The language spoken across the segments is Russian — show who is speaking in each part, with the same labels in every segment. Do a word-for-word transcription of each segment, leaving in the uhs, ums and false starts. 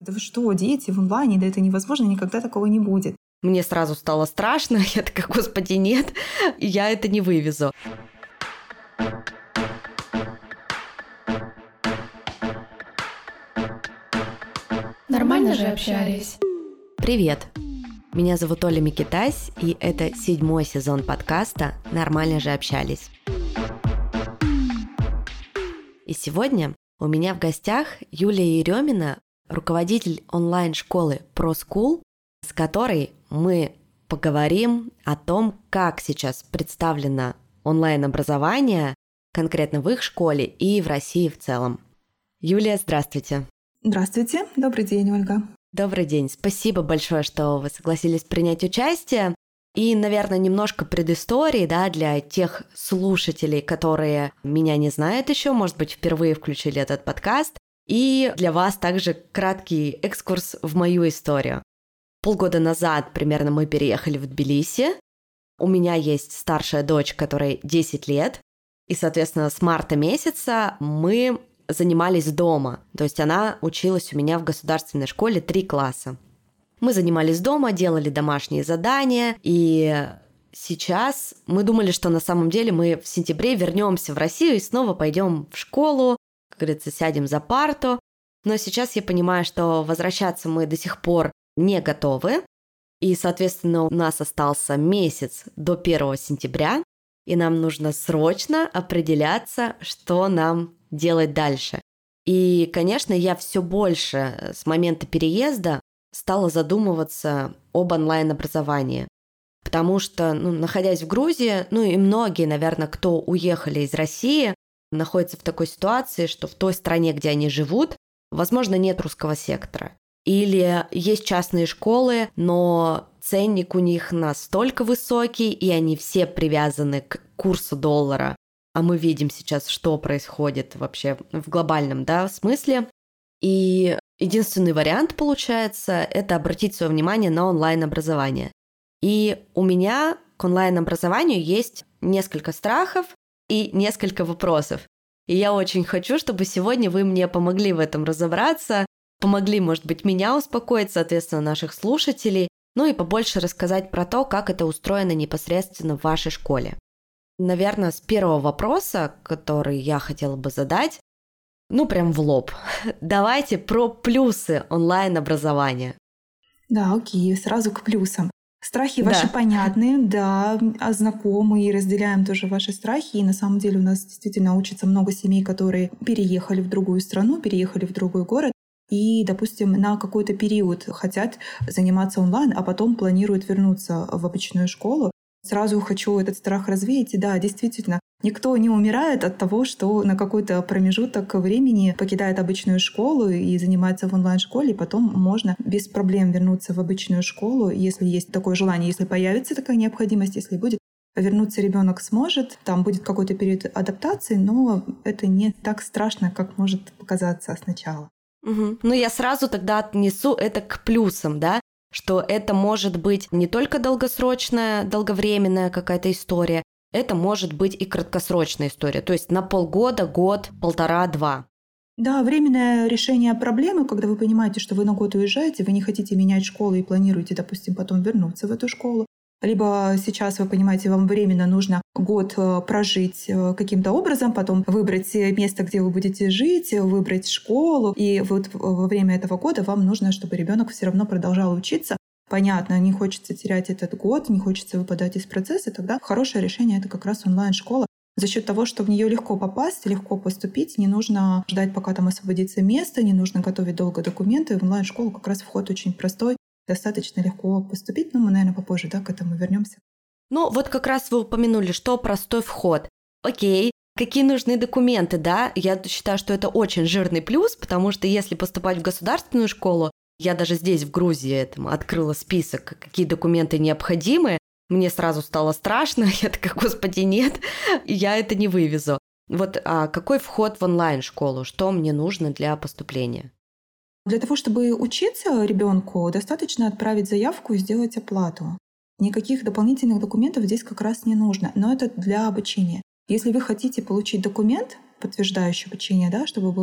Speaker 1: да вы что, дети в онлайне, да это невозможно, никогда такого не будет.
Speaker 2: Мне сразу стало страшно, я такая, господи, нет, я это не вывезу.
Speaker 3: Нормально же общались.
Speaker 2: Привет, меня зовут Оля Микитась, и это седьмой сезон подкаста «Нормально же общались». И сегодня у меня в гостях Юлия Еремина, руководитель онлайн-школы ProSchool, с которой мы поговорим о том, как сейчас представлено онлайн-образование конкретно в их школе и в России в целом. Юлия, здравствуйте.
Speaker 1: Здравствуйте, добрый день, Ольга.
Speaker 2: Добрый день, спасибо большое, что вы согласились принять участие. И, наверное, немножко предыстории, да, для тех слушателей, которые меня не знают еще, может быть, впервые включили этот подкаст. И для вас также краткий экскурс в мою историю. Полгода назад примерно мы переехали в Тбилиси. У меня есть старшая дочь, которой десять лет. И, соответственно, с марта месяца мы занимались дома. То есть она училась у меня в государственной школе три класса. Мы занимались дома, делали домашние задания, и сейчас мы думали, что на самом деле мы в сентябре вернемся в Россию и снова пойдем в школу, как говорится, сядем за парту. Но сейчас я понимаю, что возвращаться мы до сих пор не готовы, и, соответственно, у нас остался месяц до первого сентября, и нам нужно срочно определяться, что нам делать дальше. И, конечно, я все больше с момента переезда стала задумываться об онлайн-образовании. Потому что, ну, находясь в Грузии, ну и многие, наверное, кто уехали из России, находятся в такой ситуации, что в той стране, где они живут, возможно, нет русского сектора. Или есть частные школы, но ценник у них настолько высокий, и они все привязаны к курсу доллара. А мы видим сейчас, что происходит вообще в глобальном, да, смысле. И единственный вариант, получается, это обратить свое внимание на онлайн-образование. И у меня к онлайн-образованию есть несколько страхов и несколько вопросов. И я очень хочу, чтобы сегодня вы мне помогли в этом разобраться, помогли, может быть, меня успокоить, соответственно, наших слушателей, ну и побольше рассказать про то, как это устроено непосредственно в вашей школе. Наверное, с первого вопроса, который я хотела бы задать, ну, прям в лоб. Давайте про плюсы онлайн-образования.
Speaker 1: Да, окей, сразу к плюсам. Страхи ваши
Speaker 2: Да.
Speaker 1: понятны, да, а знакомы, и разделяем тоже ваши страхи. И на самом деле у нас действительно учатся много семей, которые переехали в другую страну, переехали в другой город, и, допустим, на какой-то период хотят заниматься онлайн, а потом планируют вернуться в обычную школу. Сразу хочу этот страх развеять. И да, действительно, никто не умирает от того, что на какой-то промежуток времени покидает обычную школу и занимается в онлайн-школе, и потом можно без проблем вернуться в обычную школу, если есть такое желание, если появится такая необходимость, если будет. Вернуться ребенок сможет, там будет какой-то период адаптации, но это не так страшно, как может показаться сначала.
Speaker 2: Угу. Ну, я сразу тогда отнесу это к плюсам, да, что это может быть не только долгосрочная, долговременная какая-то история, это может быть и краткосрочная история, то есть на полгода, год, полтора, два.
Speaker 1: Да, временное решение проблемы, когда вы понимаете, что вы на год уезжаете, вы не хотите менять школу и планируете, допустим, потом вернуться в эту школу. Либо сейчас вы понимаете, вам временно нужно год прожить каким-то образом, потом выбрать место, где вы будете жить, выбрать школу. И вот во время этого года вам нужно, чтобы ребенок все равно продолжал учиться. Понятно, не хочется терять этот год, не хочется выпадать из процесса. Тогда хорошее решение — это как раз онлайн-школа. За счет того, что в нее легко попасть, легко поступить, не нужно ждать, пока там освободится место, не нужно готовить долго документы. В онлайн-школу как раз вход очень простой. Достаточно легко поступить, но мы, наверное, попозже, да, к этому вернемся.
Speaker 2: Ну, вот как раз вы упомянули, что простой вход. Окей, какие нужны документы, да? Я считаю, что это очень жирный плюс, потому что если поступать в государственную школу, я даже здесь, в Грузии, этому открыла список, какие документы необходимы, мне сразу стало страшно, я такая, господи, нет, я это не вывезу. Вот а какой вход в онлайн-школу, что мне нужно для поступления?
Speaker 1: Для того, чтобы учиться ребенку, достаточно отправить заявку и сделать оплату. Никаких дополнительных документов здесь как раз не нужно, но это для обучения. Если вы хотите получить документ, подтверждающий обучение, да, чтобы была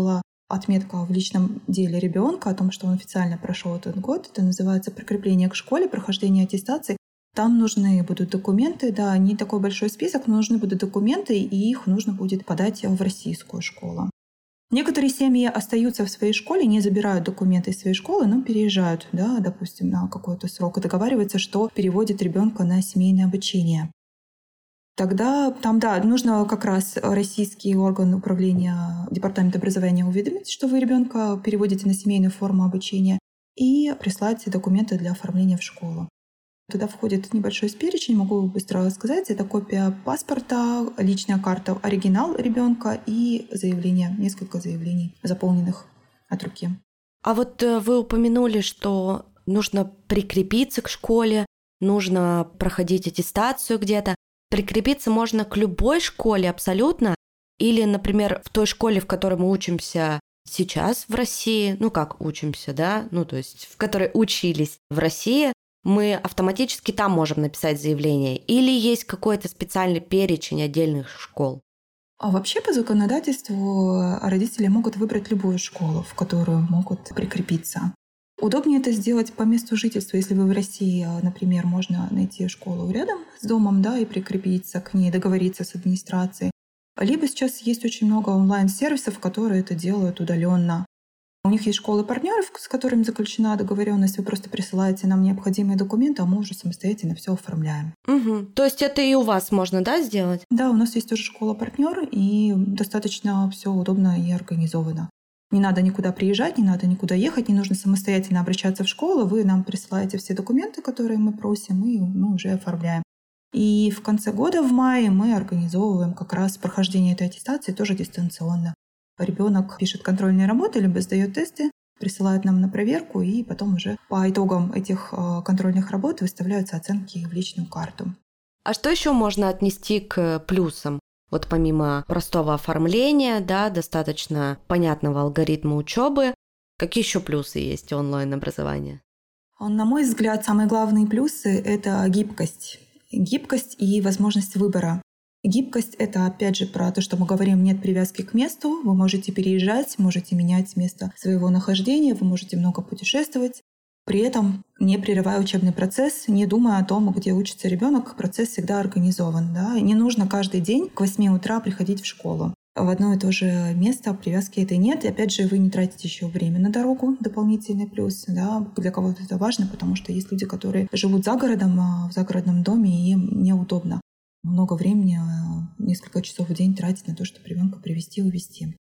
Speaker 1: отметка в личном деле ребенка о том, что он официально прошел этот год. Это называется прикрепление к школе, прохождение аттестации. Там нужны будут документы, да, не такой большой список, но нужны будут документы, и их нужно будет подать в российскую школу. Некоторые семьи остаются в своей школе, не забирают документы из своей школы, но переезжают, да, допустим, на какой-то срок и договариваются, что переводят ребенка на семейное обучение. Тогда там, да, нужно как раз российский орган управления департамента образования уведомить, что вы ребенка переводите на семейную форму обучения, и прислать документы для оформления в школу. Туда входит небольшой перечень, могу быстро сказать. Это копия паспорта, личная карта, оригинал ребенка и заявление, несколько заявлений, заполненных от руки.
Speaker 2: А вот вы упомянули, что нужно прикрепиться к школе, нужно проходить аттестацию где-то. Прикрепиться можно к любой школе абсолютно? Или, например, в той школе, в которой мы учимся сейчас в России, ну как учимся, да, ну то есть в которой учились в России, мы автоматически там можем написать заявление? Или есть какой-то специальный перечень отдельных школ?
Speaker 1: А вообще по законодательству родители могут выбрать любую школу, в которую могут прикрепиться. Удобнее это сделать по месту жительства. Если вы в России, например, можно найти школу рядом с домом, да, и прикрепиться к ней, договориться с администрацией. Либо сейчас есть очень много онлайн-сервисов, которые это делают удаленно. У них есть школы партнеров, с которыми заключена договоренность. Вы просто присылаете нам необходимые документы, а мы уже самостоятельно все оформляем.
Speaker 2: Угу. То есть это и у вас можно, да, сделать?
Speaker 1: Да, у нас есть тоже школа партнер, и достаточно все удобно и организовано. Не надо никуда приезжать, не надо никуда ехать, не нужно самостоятельно обращаться в школу. Вы нам присылаете все документы, которые мы просим, и мы уже оформляем. И в конце года, в мае, мы организовываем как раз прохождение этой аттестации тоже дистанционно. Ребенок пишет контрольные работы, либо сдает тесты, присылает нам на проверку, и потом уже по итогам этих контрольных работ выставляются оценки в личную карту.
Speaker 2: А что еще можно отнести к плюсам? Вот помимо простого оформления, да, достаточно понятного алгоритма учебы, какие еще плюсы есть у онлайн-образования?
Speaker 1: На мой взгляд, самые главные плюсы — это гибкость. Гибкость и возможность выбора. Гибкость — это, опять же, про то, что мы говорим, нет привязки к месту. Вы можете переезжать, можете менять место своего нахождения, вы можете много путешествовать. При этом не прерывая учебный процесс, не думая о том, где учится ребенок, процесс всегда организован. Да? Не нужно каждый день к восьми утра приходить в школу. В одно и то же место привязки этой нет. И опять же, вы не тратите еще время на дорогу, дополнительный плюс. Да? Для кого-то это важно, потому что есть люди, которые живут за городом, в загородном доме, и им неудобно много времени, несколько часов в день тратить на то, чтобы ребенка привезти и увезти.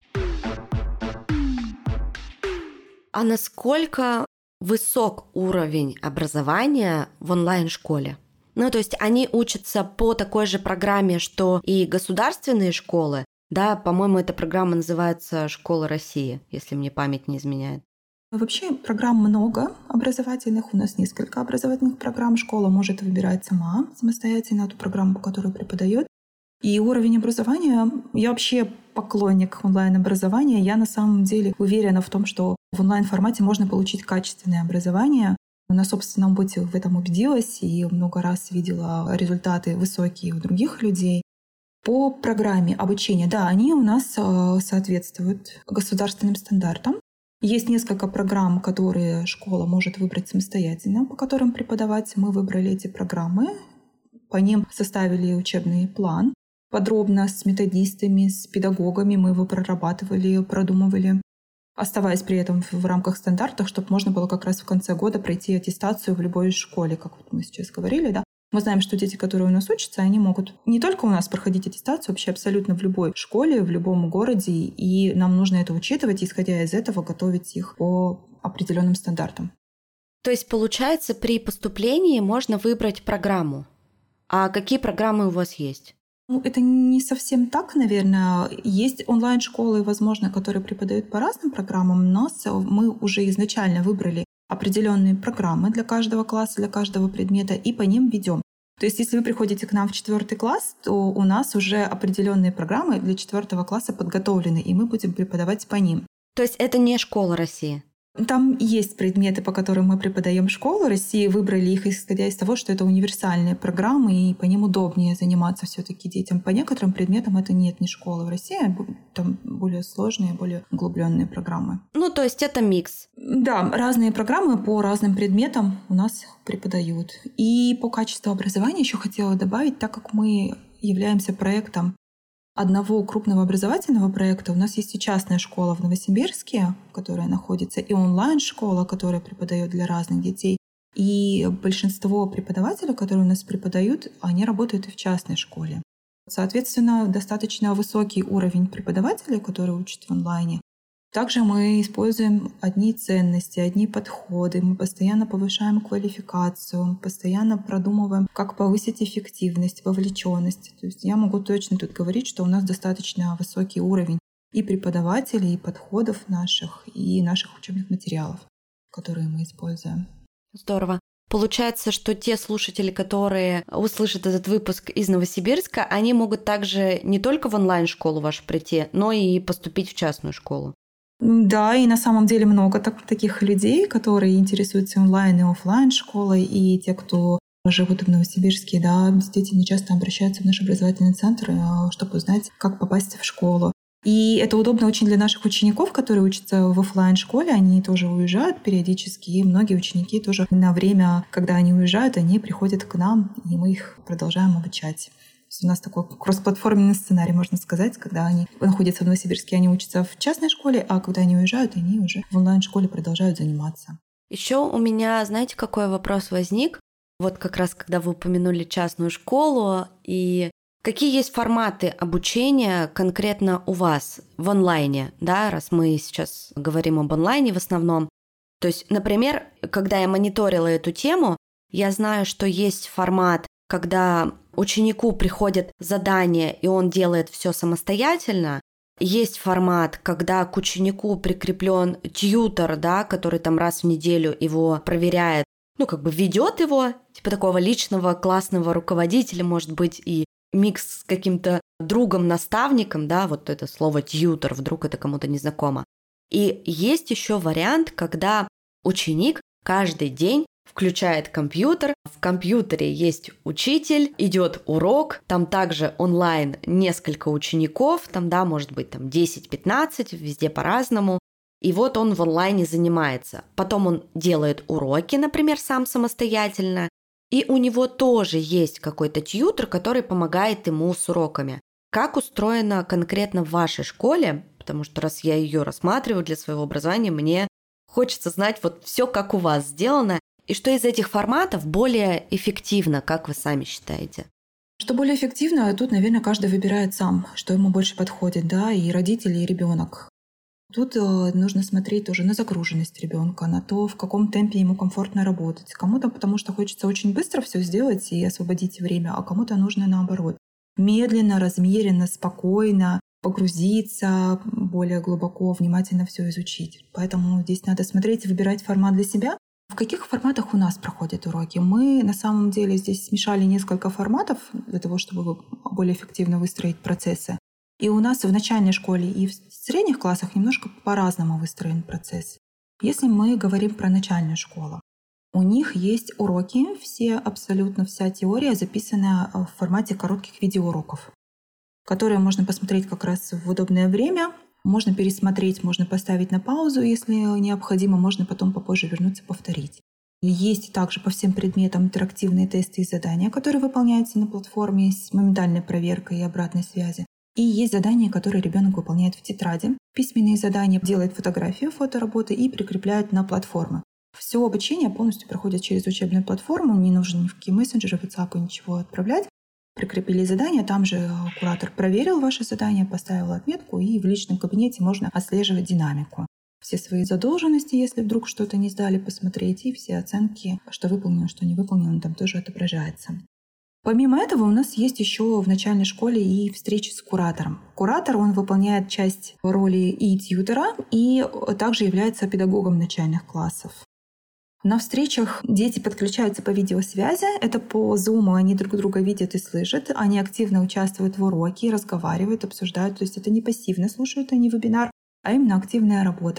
Speaker 2: А насколько высок уровень образования в онлайн-школе? Ну, то есть они учатся по такой же программе, что и государственные школы, да, по-моему, эта программа называется «Школа России», если мне память не изменяет.
Speaker 1: Вообще программ много образовательных, у нас несколько образовательных программ. Школа может выбирать сама самостоятельно ту программу, по которой преподает. И уровень образования, я вообще поклонник онлайн-образования, я на самом деле уверена в том, что в онлайн-формате можно получить качественное образование. На собственном опыте в этом убедилась и много раз видела результаты высокие у других людей. По программе обучения, да, они у нас соответствуют государственным стандартам. Есть несколько программ, которые школа может выбрать самостоятельно, по которым преподавать. Мы выбрали эти программы, по ним составили учебный план. Подробно с методистами, с педагогами мы его прорабатывали, продумывали, оставаясь при этом в рамках стандартов, чтобы можно было как раз в конце года пройти аттестацию в любой школе, как вот мы сейчас говорили, да. Мы знаем, что дети, которые у нас учатся, они могут не только у нас проходить аттестацию, вообще абсолютно в любой школе, в любом городе, и нам нужно это учитывать, исходя из этого готовить их по определенным стандартам.
Speaker 2: То есть, получается, при поступлении можно выбрать программу. А какие программы у вас есть?
Speaker 1: Ну, это не совсем так, наверное. Есть онлайн-школы, возможно, которые преподают по разным программам, но мы уже изначально выбрали определенные программы для каждого класса, для каждого предмета, и по ним ведем. То есть, если вы приходите к нам в четвертый класс, то у нас уже определенные программы для четвертого класса подготовлены, и мы будем преподавать по ним.
Speaker 2: То есть это не школа России?
Speaker 1: Там есть предметы, по которым мы преподаем в школу. В России выбрали их, исходя из того, что это универсальные программы, и по ним удобнее заниматься все-таки детям. По некоторым предметам это нет, не школа в России, а там более сложные, более углубленные программы.
Speaker 2: Ну, то есть это микс.
Speaker 1: Да, разные программы по разным предметам у нас преподают. И по качеству образования еще хотела добавить, так как мы являемся проектом одного крупного образовательного проекта. У нас есть и частная школа в Новосибирске, которая находится, и онлайн-школа, которая преподает для разных детей. И большинство преподавателей, которые у нас преподают, они работают и в частной школе. Соответственно, достаточно высокий уровень преподавателей, которые учат в онлайне. Также мы используем одни ценности, одни подходы, мы постоянно повышаем квалификацию, постоянно продумываем, как повысить эффективность, вовлеченность. То есть я могу точно тут говорить, что у нас достаточно высокий уровень и преподавателей, и подходов наших, и наших учебных материалов, которые мы используем.
Speaker 2: Здорово. Получается, что те слушатели, которые услышат этот выпуск из Новосибирска, они могут также не только в онлайн-школу вашу прийти, но и поступить в частную школу.
Speaker 1: Да, и на самом деле много так, таких людей, которые интересуются онлайн и офлайн школой, и те, кто живут в Новосибирске, да, действительно часто обращаются в наш образовательный центр, чтобы узнать, как попасть в школу. И это удобно очень для наших учеников, которые учатся в офлайн школе, они тоже уезжают периодически, и многие ученики тоже на время, когда они уезжают, они приходят к нам, и мы их продолжаем обучать. То есть у нас такой кроссплатформенный сценарий, можно сказать, когда они находятся в Новосибирске, они учатся в частной школе, а когда они уезжают, они уже в онлайн-школе продолжают заниматься.
Speaker 2: Еще у меня, знаете, какой вопрос возник? Вот как раз, когда вы упомянули частную школу, и какие есть форматы обучения конкретно у вас в онлайне, да, раз мы сейчас говорим об онлайне в основном. То есть, например, когда я мониторила эту тему, я знаю, что есть формат, когда ученику приходят задания, и он делает все самостоятельно. Есть формат, когда к ученику прикреплен тьютор, да, который там раз в неделю его проверяет, ну, как бы ведет его, типа такого личного классного руководителя, может быть, и микс с каким-то другом-наставником, да, вот это слово тьютор, вдруг это кому-то незнакомо. И есть еще вариант, когда ученик каждый день включает компьютер, в компьютере есть учитель, идет урок, там также онлайн несколько учеников, там, да, может быть, там десять-пятнадцать, везде по-разному, и вот он в онлайне занимается. Потом он делает уроки, например, сам самостоятельно, и у него тоже есть какой-то тьютор, который помогает ему с уроками. Как устроено конкретно в вашей школе, потому что раз я ее рассматриваю для своего образования, мне хочется знать вот все, как у вас сделано, и что из этих форматов более эффективно, как вы сами считаете?
Speaker 1: Что более эффективно, тут, наверное, каждый выбирает сам, что ему больше подходит, да, и родители, и ребенок. Тут э, нужно смотреть тоже на загруженность ребенка, на то, в каком темпе ему комфортно работать. Кому-то потому что хочется очень быстро все сделать и освободить время, а кому-то нужно наоборот. Медленно, размеренно, спокойно погрузиться более глубоко, внимательно все изучить. Поэтому здесь надо смотреть и выбирать формат для себя. В каких форматах у нас проходят уроки? Мы на самом деле здесь смешали несколько форматов для того, чтобы более эффективно выстроить процессы. И у нас в начальной школе и в средних классах немножко по-разному выстроен процесс. Если мы говорим про начальную школу, у них есть уроки, все, абсолютно вся теория записана в формате коротких видеоуроков, которые можно посмотреть как раз в удобное время. Можно пересмотреть, можно поставить на паузу, если необходимо, можно потом попозже вернуться, повторить. Есть также по всем предметам интерактивные тесты и задания, которые выполняются на платформе с моментальной проверкой и обратной связи. И есть задания, которые ребенок выполняет в тетради. Письменные задания, делает фотографию фотоработы и прикрепляет на платформы. Все обучение полностью проходит через учебную платформу, не нужно ни в какие мессенджеры, WhatsApp, ничего отправлять. Прикрепили задание, там же куратор проверил ваше задание, поставил отметку, и в личном кабинете можно отслеживать динамику. Все свои задолженности, если вдруг что-то не сдали, посмотреть, и все оценки, что выполнено, что не выполнено, там тоже отображается. Помимо этого у нас есть еще в начальной школе и встречи с куратором. Куратор, он выполняет часть роли и тьютера, и также является педагогом начальных классов. На встречах дети подключаются по видеосвязи, это по Zoom, они друг друга видят и слышат, они активно участвуют в уроке, разговаривают, обсуждают, то есть это не пассивно слушают они вебинар, а именно активная работа.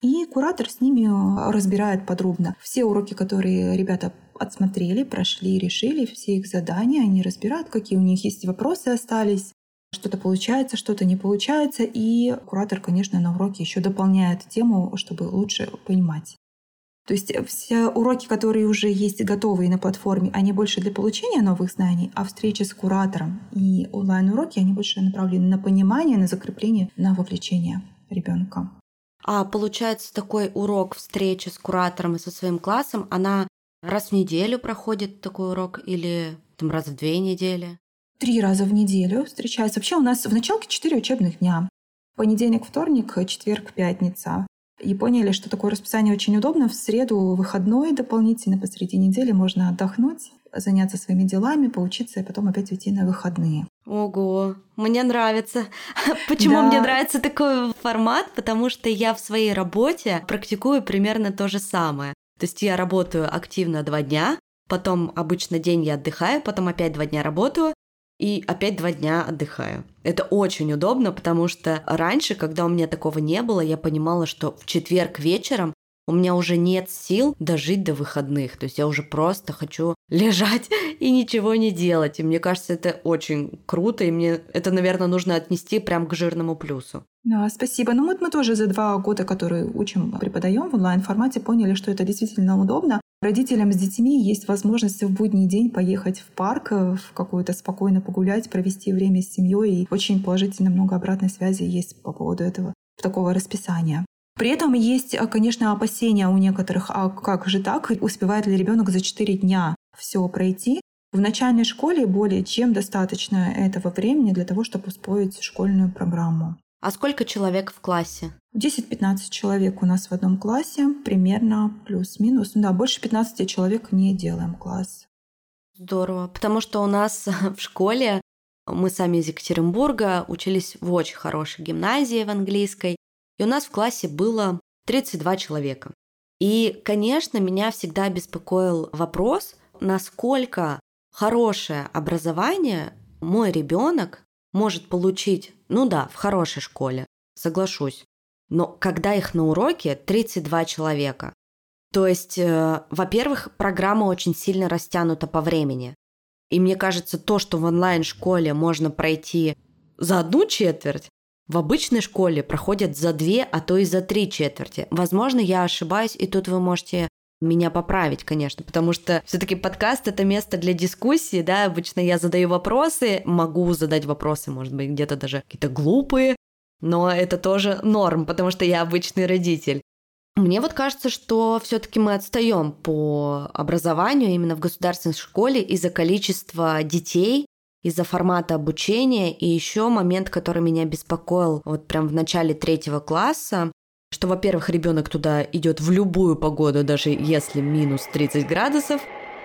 Speaker 1: И куратор с ними разбирает подробно все уроки, которые ребята отсмотрели, прошли, решили, все их задания, они разбирают, какие у них есть вопросы остались, что-то получается, что-то не получается. И куратор, конечно, на уроке еще дополняет тему, чтобы лучше понимать. То есть все уроки, которые уже есть готовые на платформе, они больше для получения новых знаний, а встречи с куратором и онлайн-уроки, они больше направлены на понимание, на закрепление, на вовлечение ребенка.
Speaker 2: А получается, такой урок встречи с куратором и со своим классом, она раз в неделю проходит такой урок или там раз в две недели?
Speaker 1: Три раза в неделю встречаются. Вообще у нас в началке четыре учебных дня. Понедельник, вторник, четверг, пятница. И поняли, что такое расписание очень удобно. В среду выходной дополнительно посреди недели можно отдохнуть, заняться своими делами, поучиться, и потом опять уйти на выходные.
Speaker 2: Ого, мне нравится. Почему
Speaker 1: Да.
Speaker 2: мне нравится такой формат? Потому что я в своей работе практикую примерно то же самое. То есть я работаю активно два дня, потом обычно день я отдыхаю, потом опять два дня работаю, и опять два дня отдыхаю. Это очень удобно, потому что раньше, когда у меня такого не было, я понимала, что в четверг вечером у меня уже нет сил дожить до выходных. То есть я уже просто хочу лежать и ничего не делать. И мне кажется, это очень круто, и мне это, наверное, нужно отнести прям к жирному плюсу.
Speaker 1: Да, спасибо. Ну вот мы тоже за два года, которые учим, преподаем в онлайн-формате, поняли, что это действительно удобно. Родителям с детьми есть возможность в будний день поехать в парк, в какую-то спокойно погулять, провести время с семьей. И очень положительно много обратной связи есть по поводу этого, такого расписания. При этом есть, конечно, опасения у некоторых, а как же так, успевает ли ребенок за четыре дня все пройти? В начальной школе более чем достаточно этого времени для того, чтобы усвоить школьную программу.
Speaker 2: А сколько человек в классе?
Speaker 1: десять-пятнадцать человек у нас в одном классе, примерно плюс-минус. Ну да, больше пятнадцати человек не делаем класс.
Speaker 2: Здорово, потому что у нас в школе, мы сами из Екатеринбурга, учились в очень хорошей гимназии в английской, и у нас в классе было тридцать два человека. И, конечно, меня всегда беспокоил вопрос, насколько хорошее образование мой ребенок может получить, ну да, в хорошей школе, соглашусь, но когда их на уроке тридцать два человека. То есть, э, во-первых, программа очень сильно растянута по времени. И мне кажется, то, что в онлайн-школе можно пройти за одну четверть, в обычной школе проходят за две, а то и за три четверти. Возможно, я ошибаюсь, и тут вы можете меня поправить, конечно, потому что все-таки подкаст — это место для дискуссии, да, обычно я задаю вопросы, могу задать вопросы, может быть, где-то даже какие-то глупые, но это тоже норм, потому что я обычный родитель. Мне вот кажется, что все-таки мы отстаем по образованию именно в государственной школе из-за количества детей, из-за формата обучения, и еще момент, который меня беспокоил вот прям в начале третьего класса, что, во-первых, ребенок туда идет в любую погоду, даже если минус тридцать градусов.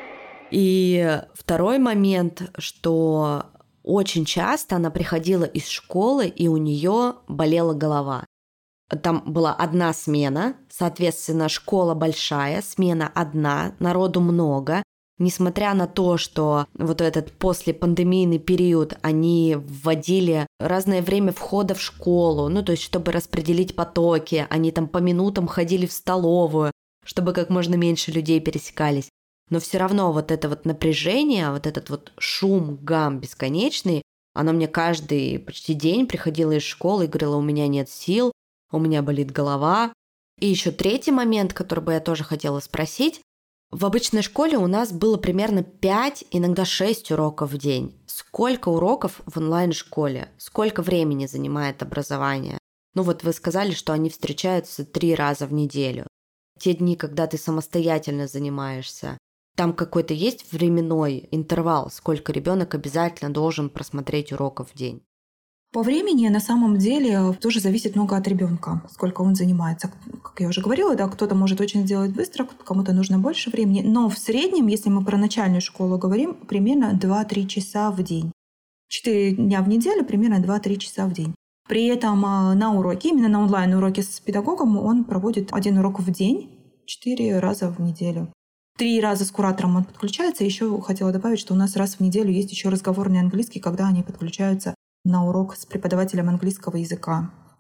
Speaker 2: И второй момент, что очень часто она приходила из школы, и у нее болела голова. Там была одна смена, соответственно, школа большая, смена одна, народу много. Несмотря на то, что вот этот послепандемийный период они вводили разное время входа в школу, ну то есть чтобы распределить потоки, они там по минутам ходили в столовую, чтобы как можно меньше людей пересекались. Но все равно вот это вот напряжение, вот этот вот шум, гам бесконечный, оно мне каждый почти день приходило из школы и говорило: у меня нет сил, у меня болит голова. И еще третий момент, который бы я тоже хотела спросить. В обычной школе у нас было примерно пять, иногда шесть уроков в день. Сколько уроков в онлайн-школе? Сколько времени занимает образование? Ну вот вы сказали, что они встречаются три раза в неделю. Те дни, когда ты самостоятельно занимаешься, там какой-то есть временной интервал, сколько ребенок обязательно должен просмотреть уроков в день?
Speaker 1: По времени на самом деле тоже зависит много от ребенка, сколько он занимается. Как я уже говорила, да, кто-то может очень сделать быстро, кому-то нужно больше времени. Но в среднем, если мы про начальную школу говорим, примерно два-три часа в день. Четыре дня в неделю, примерно два-три часа в день. При этом на уроке, именно на онлайн-уроке с педагогом, он проводит один урок в день, четыре раза в неделю. Три раза с куратором он подключается. Еще хотела добавить, что у нас раз в неделю есть еще разговорный английский, когда они подключаются на урок с преподавателем английского языка.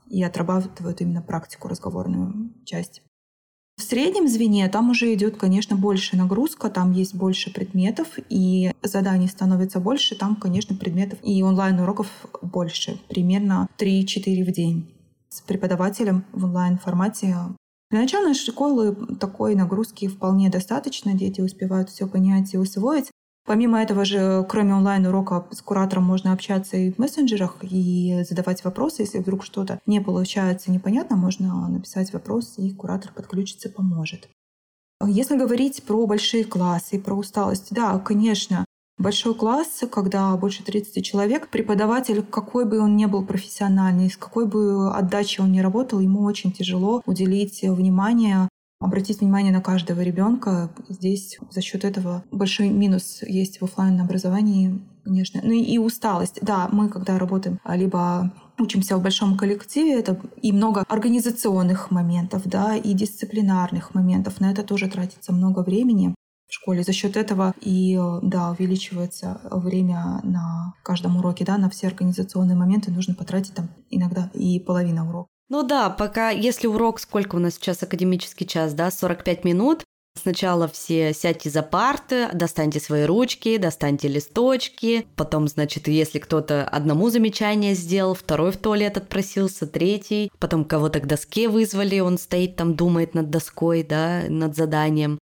Speaker 1: и отрабатывают именно практику, разговорную часть. В среднем звене там уже идет, конечно, больше нагрузка, там есть больше предметов, и заданий становится больше, там, конечно, предметов и онлайн-уроков больше, примерно три-четыре в день. С преподавателем в онлайн-формате. Для начальной школы такой нагрузки вполне достаточно, дети успевают все понять и усвоить. Помимо этого же, кроме онлайн-урока, с куратором можно общаться и в мессенджерах, и задавать вопросы. Если вдруг что-то не получается, непонятно, можно написать вопрос, и куратор подключится, поможет. Если говорить про большие классы и про усталость, да, конечно, большой класс, когда больше тридцати человек, преподаватель, какой бы он ни был профессиональный, с какой бы отдачей он ни работал, ему очень тяжело уделить внимание, обратить внимание на каждого ребенка. Здесь за счет этого большой минус есть в офлайн образовании, конечно. Ну и усталость. Да, мы когда работаем, либо учимся в большом коллективе, это и много организационных моментов, да, и дисциплинарных моментов. На это тоже тратится много времени в школе. За счет этого и, да, увеличивается время на каждом уроке, да, на все организационные моменты нужно потратить там иногда и половину урока.
Speaker 2: Ну да, пока, если урок, сколько у нас сейчас академический час, да, сорок пять минут, сначала все сядьте за парты, достаньте свои ручки, достаньте листочки, потом, значит, если кто-то одному замечание сделал, второй в туалет отпросился, третий, потом кого-то к доске вызвали, он стоит там, думает над доской, да, над заданием.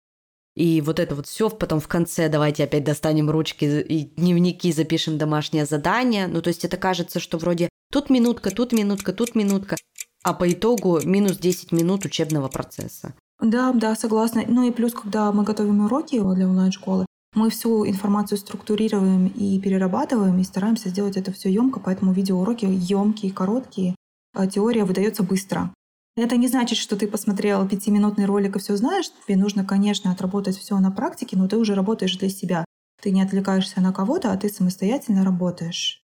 Speaker 2: И вот это вот все, потом в конце давайте опять достанем ручки и дневники, запишем домашнее задание. Ну, то есть это кажется, что вроде тут минутка, тут минутка, тут минутка, а по итогу минус десять минут учебного процесса.
Speaker 1: Да, да, согласна. Ну и плюс, когда мы готовим уроки для онлайн-школы, мы всю информацию структурируем и перерабатываем, и стараемся сделать это все емко, поэтому видеоуроки емкие, короткие, а теория выдается быстро. Это не значит, что ты посмотрел пятиминутный ролик и все знаешь. Тебе нужно, конечно, отработать все на практике, но ты уже работаешь для себя. Ты не отвлекаешься на кого-то, а ты самостоятельно работаешь.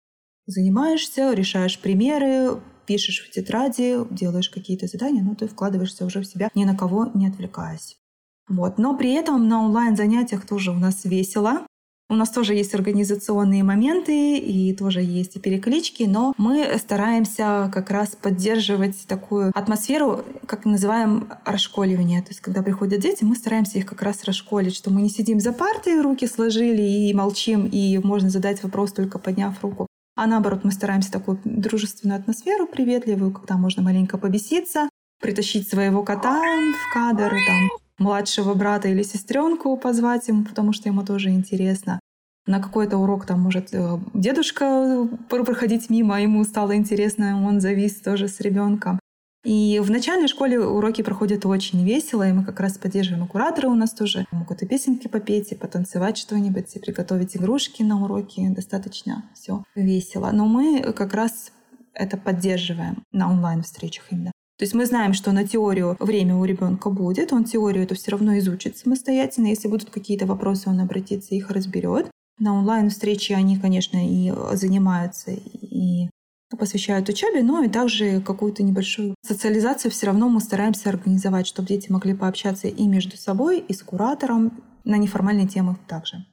Speaker 1: Занимаешься, решаешь примеры, пишешь в тетради, делаешь какие-то задания, но ты вкладываешься уже в себя, ни на кого не отвлекаясь. Вот. Но при этом на онлайн-занятиях тоже у нас весело. У нас тоже есть организационные моменты и тоже есть и переклички, но мы стараемся как раз поддерживать такую атмосферу, как называем, расшколивание. То есть когда приходят дети, мы стараемся их как раз расшколить, что мы не сидим за партой, руки сложили и молчим, и можно задать вопрос, только подняв руку. А наоборот, мы стараемся такую дружественную атмосферу, приветливую, когда можно маленько побеситься, притащить своего кота в кадр, там, младшего брата или сестренку позвать ему, потому что ему тоже интересно. На какой-то урок там может дедушка проходить мимо, ему стало интересно, он завис тоже с ребенком. И в начальной школе уроки проходят очень весело, и мы как раз поддерживаем, и кураторы у нас тоже могут и песенки попеть, и потанцевать что-нибудь, и приготовить игрушки на уроке. Достаточно все весело. Но мы как раз это поддерживаем на онлайн-встречах именно. То есть мы знаем, что на теорию время у ребенка будет, он теорию эту все равно изучит самостоятельно. Если будут какие-то вопросы, он обратится, их разберет. На онлайн-встречи они, конечно, и занимаются, и посвящают учебе, но и также какую-то небольшую социализацию все равно мы стараемся организовать, чтобы дети могли пообщаться и между собой, и с куратором на неформальные темы также.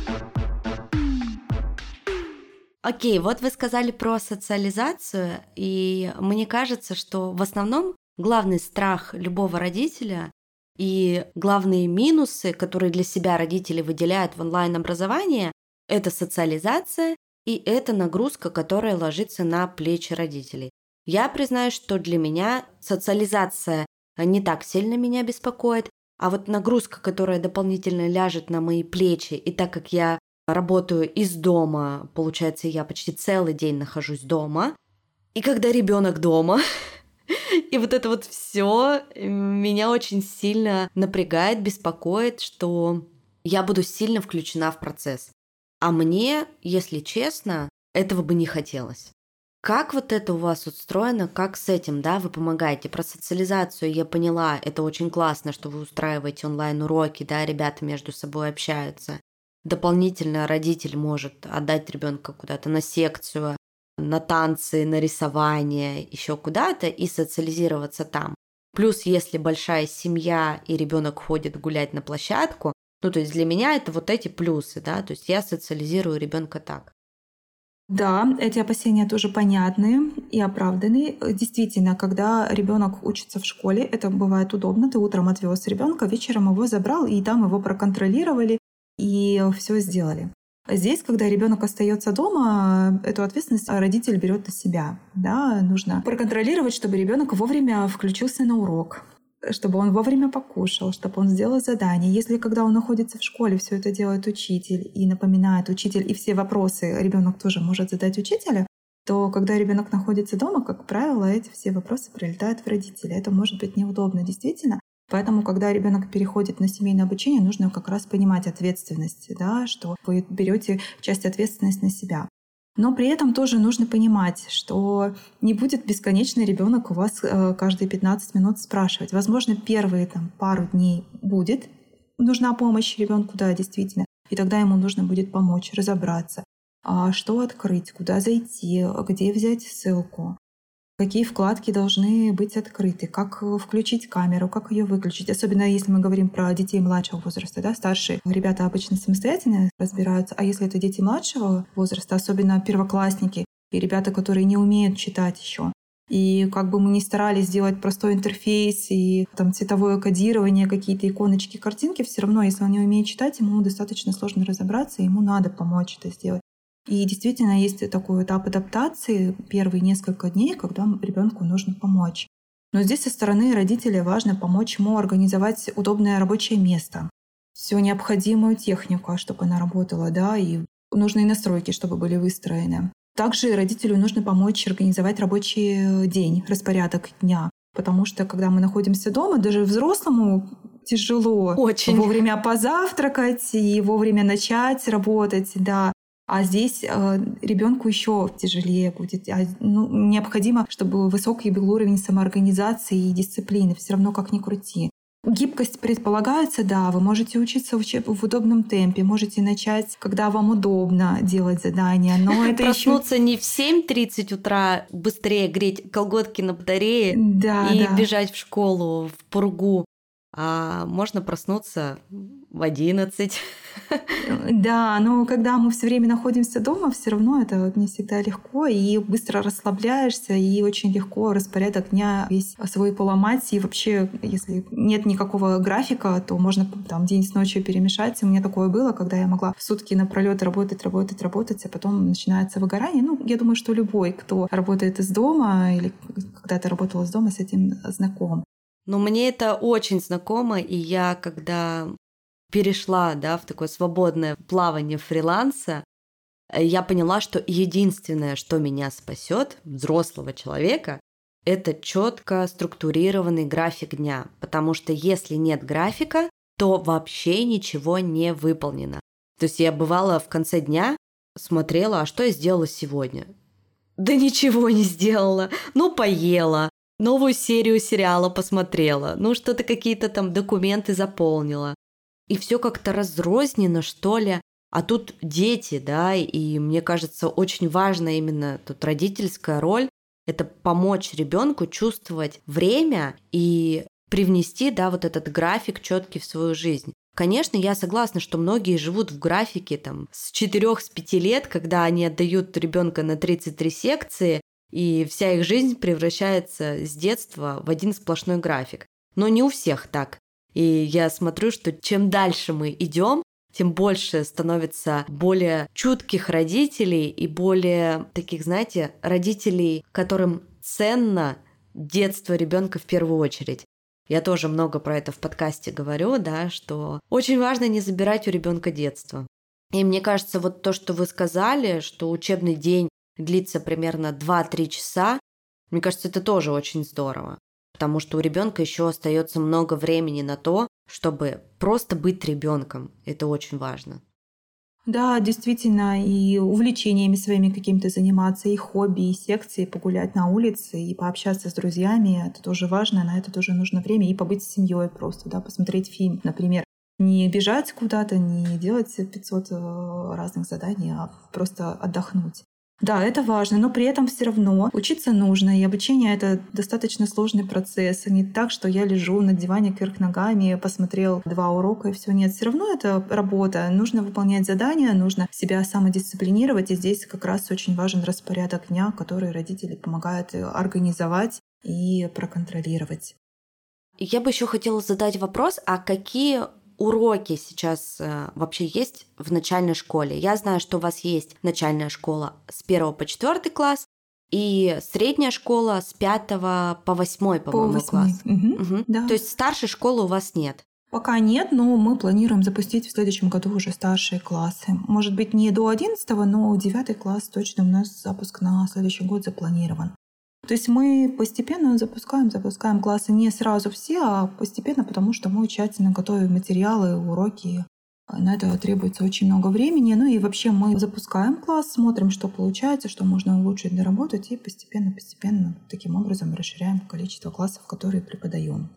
Speaker 2: Окей, вот вы сказали про социализацию, и мне кажется, что в основном главный страх любого родителя и главные минусы, которые для себя родители выделяют в онлайн-образовании, это социализация и это нагрузка, которая ложится на плечи родителей. Я признаюсь, что для меня социализация не так сильно меня беспокоит, а вот нагрузка, которая дополнительно ляжет на мои плечи, и так как я работаю из дома, получается, я почти целый день нахожусь дома, и когда ребенок дома, и вот это вот все меня очень сильно напрягает, беспокоит, что я буду сильно включена в процесс. А мне, если честно, этого бы не хотелось. Как вот это у вас устроено, как с этим, да, вы помогаете? Про социализацию я поняла, это очень классно, что вы устраиваете онлайн-уроки, да, ребята между собой общаются. Дополнительно родитель может отдать ребенка куда-то на секцию, на танцы, на рисование, еще куда-то и социализироваться там. Плюс, если большая семья и ребенок ходит гулять на площадку, ну, то есть для меня это вот эти плюсы, да, то есть я социализирую ребенка так.
Speaker 1: Да, эти опасения тоже понятны и оправданы. Действительно, когда ребенок учится в школе, это бывает удобно. Ты утром отвез ребенка, вечером его забрал, и там его проконтролировали и все сделали. Здесь, когда ребенок остается дома, эту ответственность родитель берет на себя. Да, нужно проконтролировать, чтобы ребенок вовремя включился на урок, чтобы он вовремя покушал, чтобы он сделал задание. Если когда он находится в школе, все это делает учитель и напоминает учитель, и все вопросы ребенок тоже может задать учителю, то когда ребенок находится дома, как правило, эти все вопросы прилетают в родителя. Это может быть неудобно, действительно. Поэтому, когда ребенок переходит на семейное обучение, нужно как раз понимать ответственность, да, что вы берете часть ответственности на себя. Но при этом тоже нужно понимать, что не будет бесконечно ребенок у вас каждые пятнадцать минут спрашивать. Возможно, первые там, пару дней будет нужна помощь ребенку, да, действительно. И тогда ему нужно будет помочь, разобраться, что открыть, куда зайти, где взять ссылку, какие вкладки должны быть открыты, как включить камеру, как ее выключить. Особенно если мы говорим про детей младшего возраста, да, старшие ребята обычно самостоятельно разбираются, а если это дети младшего возраста, особенно первоклассники и ребята, которые не умеют читать еще. И как бы мы ни старались сделать простой интерфейс и там цветовое кодирование, какие-то иконочки, картинки, все равно, если он не умеет читать, ему достаточно сложно разобраться, ему надо помочь это сделать. И действительно есть такой этап адаптации, первые несколько дней, когда ребенку нужно помочь. Но здесь со стороны родителей важно помочь ему организовать удобное рабочее место, всю необходимую технику, чтобы она работала, да, и нужные настройки, чтобы были выстроены. Также родителю нужно помочь организовать рабочий день, распорядок дня, потому что когда мы находимся дома, даже взрослому тяжело
Speaker 2: Очень.
Speaker 1: Вовремя позавтракать и вовремя начать работать, да. А здесь э, ребенку еще тяжелее будет. А, ну, необходимо, чтобы высокий был уровень самоорганизации и дисциплины. Все равно как ни крути. Гибкость предполагается, да, вы можете учиться в, учеб... в удобном темпе, можете начать, когда вам удобно делать задания, но это
Speaker 2: проснуться
Speaker 1: еще...
Speaker 2: не в семь тридцать утра, быстрее греть колготки на батарее
Speaker 1: да,
Speaker 2: и
Speaker 1: да.
Speaker 2: бежать в школу, в пургу, а можно проснуться в одиннадцать.
Speaker 1: Да, но когда мы все время находимся дома, все равно это не всегда легко, и быстро расслабляешься, и очень легко распорядок дня весь свой поломать. И вообще, если нет никакого графика, то можно там день с ночью перемешать. У меня такое было, когда я могла в сутки напролёт работать, работать, работать, а потом начинается выгорание. Ну, я думаю, что любой, кто работает из дома или когда-то работал из дома, с этим знаком.
Speaker 2: Но мне это очень знакомо, и я, когда перешла, да, в такое свободное плавание фриланса, я поняла, что единственное, что меня спасет, взрослого человека, это четко структурированный график дня. Потому что если нет графика, то вообще ничего не выполнено. То есть я бывала в конце дня, смотрела, а что я сделала сегодня? Да ничего не сделала. Ну, поела. Новую серию сериала посмотрела, ну что-то какие-то там документы заполнила. И все как-то разрознено, что ли. А тут дети, да, и мне кажется, очень важна именно тут родительская роль. Это помочь ребенку чувствовать время и привнести, да, вот этот график четкий в свою жизнь. Конечно, я согласна, что многие живут в графике там с четырёх, с пяти лет, когда они отдают ребенка на тридцать три секции, и вся их жизнь превращается с детства в один сплошной график. Но не у всех так. И я смотрю, что чем дальше мы идем, тем больше становится более чутких родителей и более таких, знаете, родителей, которым ценно детство ребенка в первую очередь. Я тоже много про это в подкасте говорю, да, что очень важно не забирать у ребенка детство. И мне кажется, вот то, что вы сказали, что учебный день длится примерно два-три часа, мне кажется, это тоже очень здорово, потому что у ребенка еще остается много времени на то, чтобы просто быть ребенком. Это очень важно.
Speaker 1: Да, действительно, и увлечениями своими какими-то заниматься, и хобби, и секции, погулять на улице, и пообщаться с друзьями. Это тоже важно, на это тоже нужно время. И побыть с семьей просто, да, посмотреть фильм, например. Не бежать куда-то, не делать пятьсот разных заданий, а просто отдохнуть. Да, это важно, но при этом все равно учиться нужно, и обучение — это достаточно сложный процесс. Не так, что я лежу на диване кверх ногами, посмотрел два урока и все. Нет, все равно это работа. Нужно выполнять задания, нужно себя самодисциплинировать, и здесь как раз очень важен распорядок дня, который родители помогают организовать и проконтролировать.
Speaker 2: Я бы еще хотела задать вопрос, а какие уроки сейчас э, вообще есть в начальной школе? Я знаю, что у вас есть начальная школа с первого по четвертый класс и средняя школа с пятого по восьмой, по-моему,
Speaker 1: По восьмой.
Speaker 2: класс.
Speaker 1: Угу.
Speaker 2: Угу.
Speaker 1: Да.
Speaker 2: То есть старшей школы у вас нет?
Speaker 1: Пока нет, но мы планируем запустить в следующем году уже старшие классы. Может быть, не до одиннадцатого, но девятый класс точно у нас запуск на следующий год запланирован. То есть мы постепенно запускаем, запускаем классы не сразу все, а постепенно, потому что мы тщательно готовим материалы, уроки. На это требуется очень много времени. Ну и вообще мы запускаем класс, смотрим, что получается, что можно улучшить, доработать, и постепенно-постепенно таким образом расширяем количество классов, которые преподаем.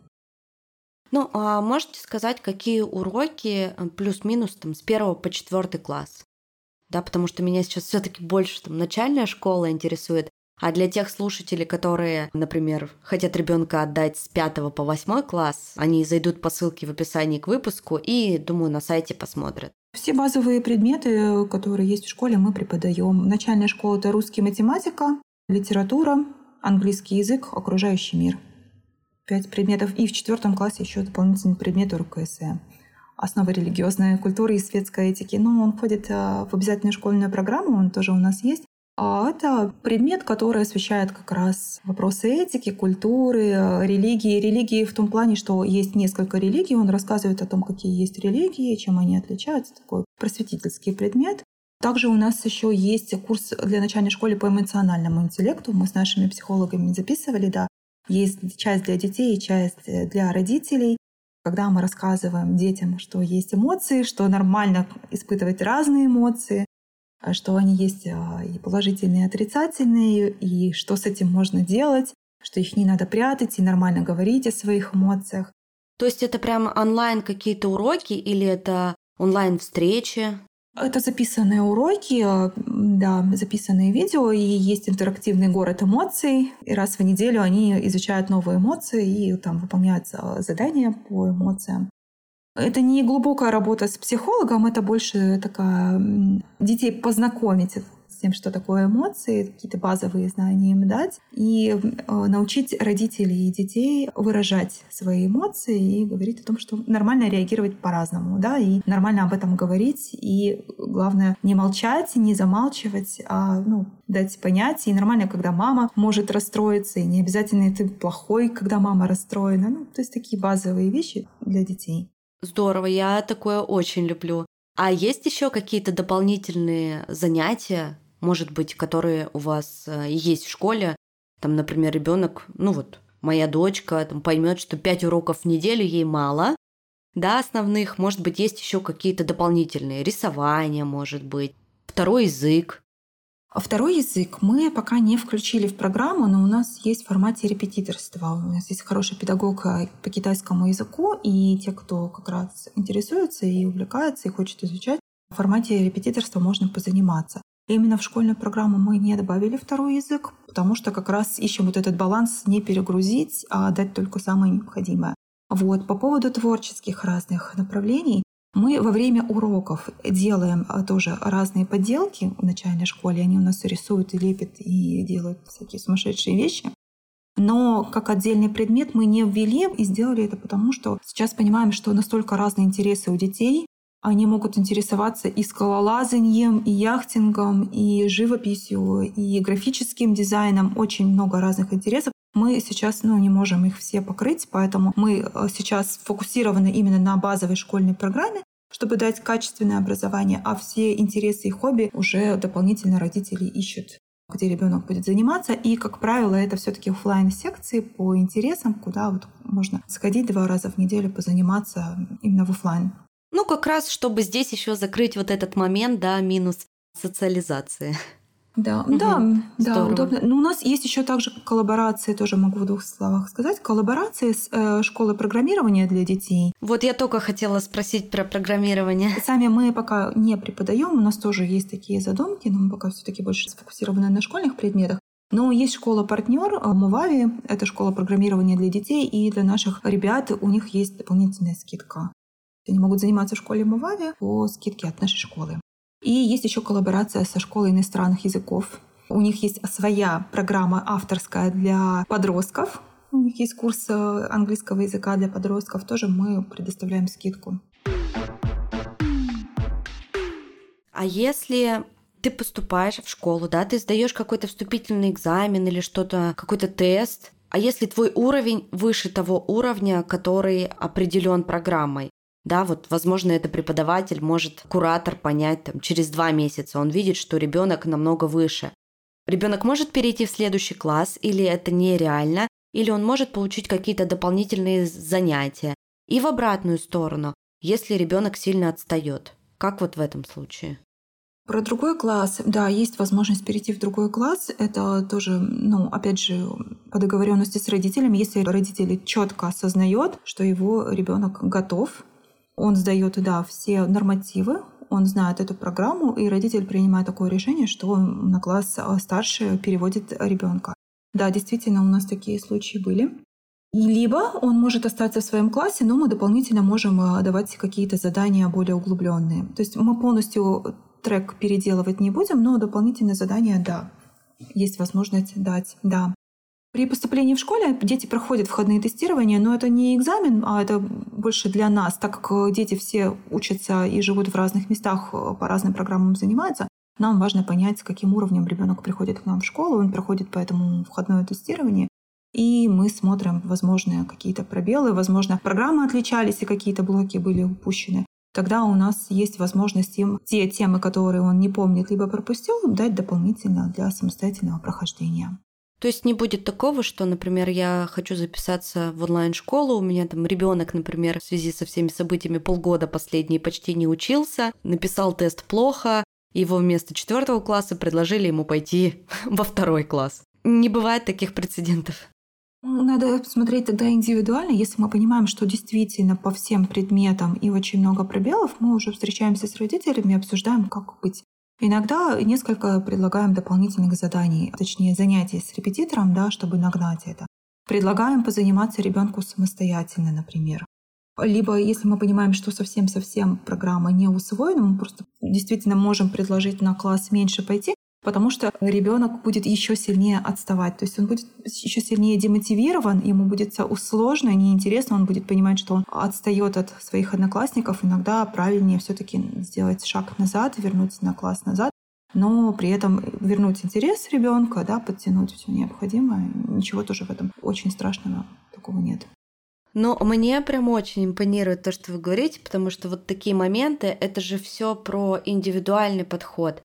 Speaker 2: Ну, а можете сказать, какие уроки плюс-минус там, с первого по четвертый класс? Да, потому что меня сейчас все-таки больше там, начальная школа интересует. А для тех слушателей, которые, например, хотят ребенка отдать с пятого по восьмой класс, они зайдут по ссылке в описании к выпуску и, думаю, на сайте посмотрят.
Speaker 1: Все базовые предметы, которые есть в школе, мы преподаем. Начальная школа — это русский, математика, литература, английский язык, окружающий мир. Пять предметов. И в четвертом классе еще дополнительный предмет РКС. Основы религиозной культуры и светской этики. Но он входит в обязательную школьную программу, он тоже у нас есть. А это предмет, который освещает как раз вопросы этики, культуры, религии. Религии в том плане, что есть несколько религий. Он рассказывает о том, какие есть религии, чем они отличаются. Такой просветительский предмет. Также у нас еще есть курс для начальной школы по эмоциональному интеллекту. Мы с нашими психологами записывали, да. Есть часть для детей и часть для родителей. Когда мы рассказываем детям, что есть эмоции, что нормально испытывать разные эмоции, что они есть и положительные, и отрицательные, и что с этим можно делать, что их не надо прятать, и нормально говорить о своих эмоциях.
Speaker 2: То есть это прям онлайн какие-то уроки или это онлайн-встречи?
Speaker 1: Это записанные уроки, да, записанные видео, и есть интерактивный город эмоций. И раз в неделю они изучают новые эмоции, и там выполняются задания по эмоциям. Это не глубокая работа с психологом, это больше такая детей познакомить с тем, что такое эмоции, какие-то базовые знания им дать, и научить родителей и детей выражать свои эмоции и говорить о том, что нормально реагировать по-разному, да, и нормально об этом говорить, и главное не молчать, не замалчивать, а ну, дать понять. И нормально, когда мама может расстроиться, и не обязательно ты плохой, когда мама расстроена. Ну, то есть такие базовые вещи для детей.
Speaker 2: Здорово, я такое очень люблю. А есть еще какие-то дополнительные занятия, может быть, которые у вас есть в школе? Там, например, ребенок, ну вот, моя дочка там, поймет, что пять уроков в неделю ей мало, да, основных. Может быть, есть еще какие-то дополнительные, рисование, может быть, второй язык.
Speaker 1: Второй язык мы пока не включили в программу, но у нас есть в формате репетиторства. У нас есть хороший педагог по китайскому языку, и те, кто как раз интересуется и увлекается, и хочет изучать, в формате репетиторства можно позаниматься. Именно в школьную программу мы не добавили второй язык, потому что как раз ищем вот этот баланс не перегрузить, а дать только самое необходимое. Вот. По поводу творческих разных направлений, мы во время уроков делаем тоже разные подделки в начальной школе. Они у нас рисуют и лепят, и делают всякие сумасшедшие вещи. Но как отдельный предмет мы не ввели и сделали это потому, что сейчас понимаем, что настолько разные интересы у детей. Они могут интересоваться и скалолазанием, и яхтингом, и живописью, и графическим дизайном. Очень много разных интересов. Мы сейчас ну, не можем их все покрыть, поэтому мы сейчас фокусированы именно на базовой школьной программе, чтобы дать качественное образование, а все интересы и хобби уже дополнительно родители ищут, где ребенок будет заниматься. И, как правило, это все-таки офлайн-секции по интересам, куда вот можно сходить два раза в неделю, позаниматься именно в офлайн.
Speaker 2: Ну, как раз, чтобы здесь еще закрыть вот этот момент, да, минус социализации.
Speaker 1: Да,
Speaker 2: Угу.
Speaker 1: да, да,
Speaker 2: Здорово.
Speaker 1: удобно. Но у нас есть еще также коллаборации, тоже могу в двух словах сказать, коллаборации с э, школой программирования для детей.
Speaker 2: Вот я только хотела спросить про программирование.
Speaker 1: Сами мы пока не преподаем, у нас тоже есть такие задумки, но мы пока все-таки больше сфокусированы на школьных предметах. Но есть школа-партнер Мувави, это школа программирования для детей, и для наших ребят у них есть дополнительная скидка. Они могут заниматься в школе Мувави по скидке от нашей школы. И есть еще коллаборация со школой иностранных языков. У них есть своя программа авторская для подростков. У них есть курс английского языка для подростков. Тоже мы предоставляем скидку.
Speaker 2: А если ты поступаешь в школу, да, ты сдаешь какой-то вступительный экзамен или что-то, какой-то тест, а если твой уровень выше того уровня, который определен программой, да, вот, возможно, это преподаватель может, куратор понять там через два месяца, он видит, что ребенок намного выше. Ребенок может перейти в следующий класс, или это нереально, или он может получить какие-то дополнительные занятия. И в обратную сторону, если ребенок сильно отстает. Как вот в этом случае?
Speaker 1: Про другой класс, да, есть возможность перейти в другой класс. Это тоже, ну, опять же, по договоренности с родителями. Если родители четко осознает, что его ребенок готов, он сдает, да, все нормативы, он знает эту программу, и родитель принимает такое решение, что он на класс старше переводит ребенка. Да, действительно, у нас такие случаи были. Либо он может остаться в своем классе, но мы дополнительно можем давать какие-то задания более углубленные. То есть мы полностью трек переделывать не будем, но дополнительные задания, да, есть возможность дать, да. При поступлении в школе дети проходят входные тестирования, но это не экзамен, а это больше для нас, так как дети все учатся и живут в разных местах, по разным программам занимаются. Нам важно понять, с каким уровнем ребенок приходит к нам в школу, он проходит по этому входное тестирование, и мы смотрим возможные какие-то пробелы, возможно, программы отличались и какие-то блоки были упущены. Тогда у нас есть возможность им те темы, которые он не помнит либо пропустил, дать дополнительно для самостоятельного прохождения.
Speaker 2: То есть не будет такого, что, например, я хочу записаться в онлайн-школу, у меня там ребенок, например, в связи со всеми событиями полгода последние почти не учился, написал тест плохо, его вместо четвертого класса предложили ему пойти во второй класс. Не бывает таких прецедентов.
Speaker 1: Надо смотреть тогда индивидуально. Если мы понимаем, что действительно по всем предметам и очень много пробелов, мы уже встречаемся с родителями, обсуждаем, как быть. Иногда несколько предлагаем дополнительных заданий, точнее занятий с репетитором, да, чтобы нагнать это. Предлагаем позаниматься ребенку самостоятельно, например. Либо, если мы понимаем, что совсем-совсем программа не усвоена, мы просто действительно можем предложить на класс меньше пойти, потому что ребенок будет еще сильнее отставать. То есть он будет еще сильнее демотивирован, ему будет сложно, неинтересно, он будет понимать, что он отстает от своих одноклассников. Иногда правильнее все-таки сделать шаг назад, вернуться на класс назад, но при этом вернуть интерес ребенка, да, подтянуть все необходимое. Ничего тоже в этом очень страшного такого нет.
Speaker 2: Но мне прям очень импонирует то, что вы говорите, потому что вот такие моменты, это же все про индивидуальный подход.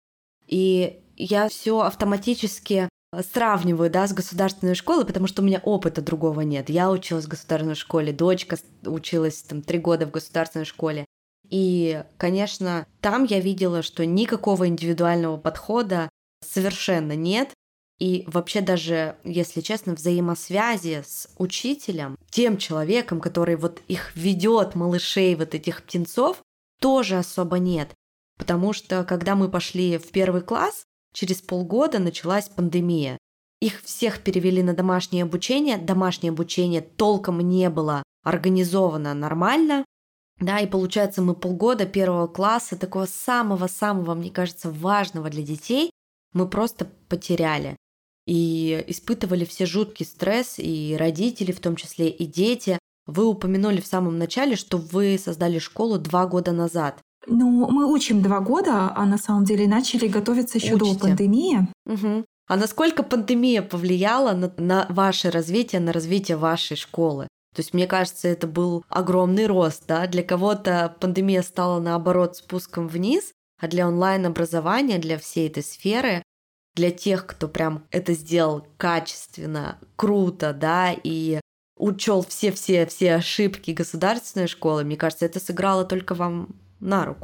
Speaker 2: И я все автоматически сравниваю, да, с государственной школой, потому что у меня опыта другого нет. Я училась в государственной школе, дочка училась там три года в государственной школе. И, конечно, там я видела, что никакого индивидуального подхода совершенно нет. И вообще даже, если честно, взаимосвязи с учителем, тем человеком, который вот их ведет, малышей, вот этих птенцов, тоже особо нет. Потому что, когда мы пошли в первый класс, через полгода началась пандемия. Их всех перевели на домашнее обучение. Домашнее обучение толком не было организовано нормально. Да, и получается, мы полгода первого класса, такого самого-самого, мне кажется, важного для детей, мы просто потеряли. И испытывали все жуткий стресс, и родители, в том числе и дети. Вы упомянули в самом начале, что вы создали школу два года назад.
Speaker 1: Ну, мы учим два года, а на самом деле начали готовиться еще
Speaker 2: Учите.
Speaker 1: до пандемии.
Speaker 2: Угу. А насколько пандемия повлияла на, на ваше развитие, на развитие вашей школы? То есть, мне кажется, это был огромный рост, да? Для кого-то пандемия стала, наоборот, спуском вниз, а для онлайн-образования, для всей этой сферы, для тех, кто прям это сделал качественно, круто, да, и учел все-все-все ошибки государственной школы, мне кажется, это сыграло только вам на руку.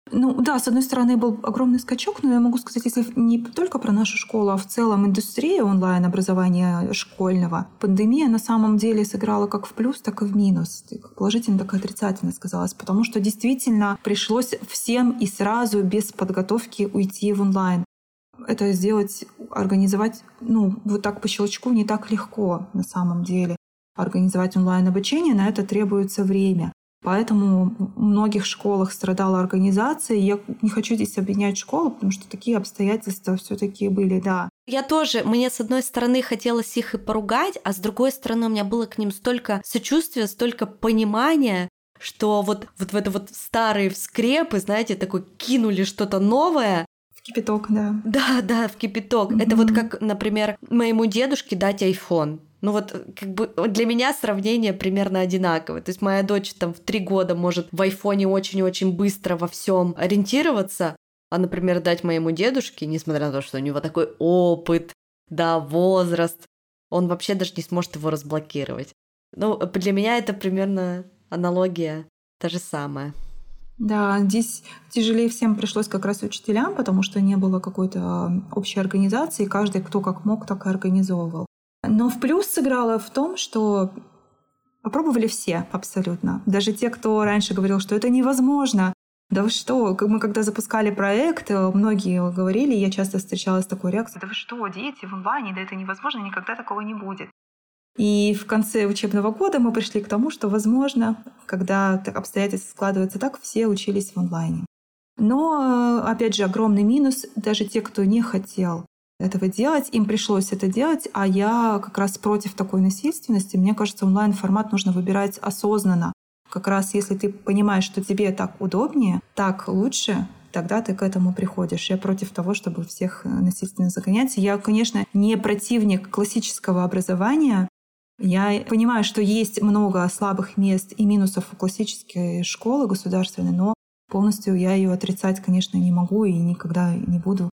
Speaker 1: Ну да, с одной стороны, был огромный скачок, но я могу сказать, если не только про нашу школу, а в целом индустрию онлайн-образования школьного, пандемия на самом деле сыграла как в плюс, так и в минус. Как положительно, так и отрицательно сказалось, потому что действительно пришлось всем и сразу без подготовки уйти в онлайн. Это сделать, организовать, ну, вот так по щелчку не так легко на самом деле. Организовать онлайн-обучение, на это требуется время. Поэтому в многих школах страдала организация. Я не хочу здесь обвинять школу, потому что такие обстоятельства все-таки были, да.
Speaker 2: Я тоже, мне с одной стороны хотелось их и поругать, а с другой стороны у меня было к ним столько сочувствия, столько понимания, что вот, вот в это вот старые скрепы, знаете, такой кинули что-то новое.
Speaker 1: В кипяток, да.
Speaker 2: Да, да, в кипяток. Mm-hmm. Это вот как, например, моему дедушке дать айфон. Ну вот как бы для меня сравнение примерно одинаковое. То есть моя дочь там в три года может в айфоне очень-очень быстро во всем ориентироваться, а, например, дать моему дедушке, несмотря на то, что у него такой опыт, да, возраст, он вообще даже не сможет его разблокировать. Ну, для меня это примерно аналогия та же самая.
Speaker 1: Да, здесь тяжелее всем пришлось как раз учителям, потому что не было какой-то общей организации, каждый кто как мог, так и организовывал. Но в плюс сыграло в том, что попробовали все абсолютно. Даже те, кто раньше говорил, что это невозможно. Да вы что? Мы когда запускали проект, многие говорили, я часто встречалась с такой реакцией: да вы что, дети в онлайне, да это невозможно, никогда такого не будет. И в конце учебного года мы пришли к тому, что возможно, когда обстоятельства складываются так, все учились в онлайне. Но, опять же, огромный минус, даже те, кто не хотел этого делать, им пришлось это делать, а я как раз против такой насильственности. Мне кажется, онлайн-формат нужно выбирать осознанно. Как раз если ты понимаешь, что тебе так удобнее, так лучше, тогда ты к этому приходишь. Я против того, чтобы всех насильственно загонять. Я, конечно, не противник классического образования. Я понимаю, что есть много слабых мест и минусов у классической школы государственной, но полностью я ее отрицать, конечно, не могу и никогда не буду.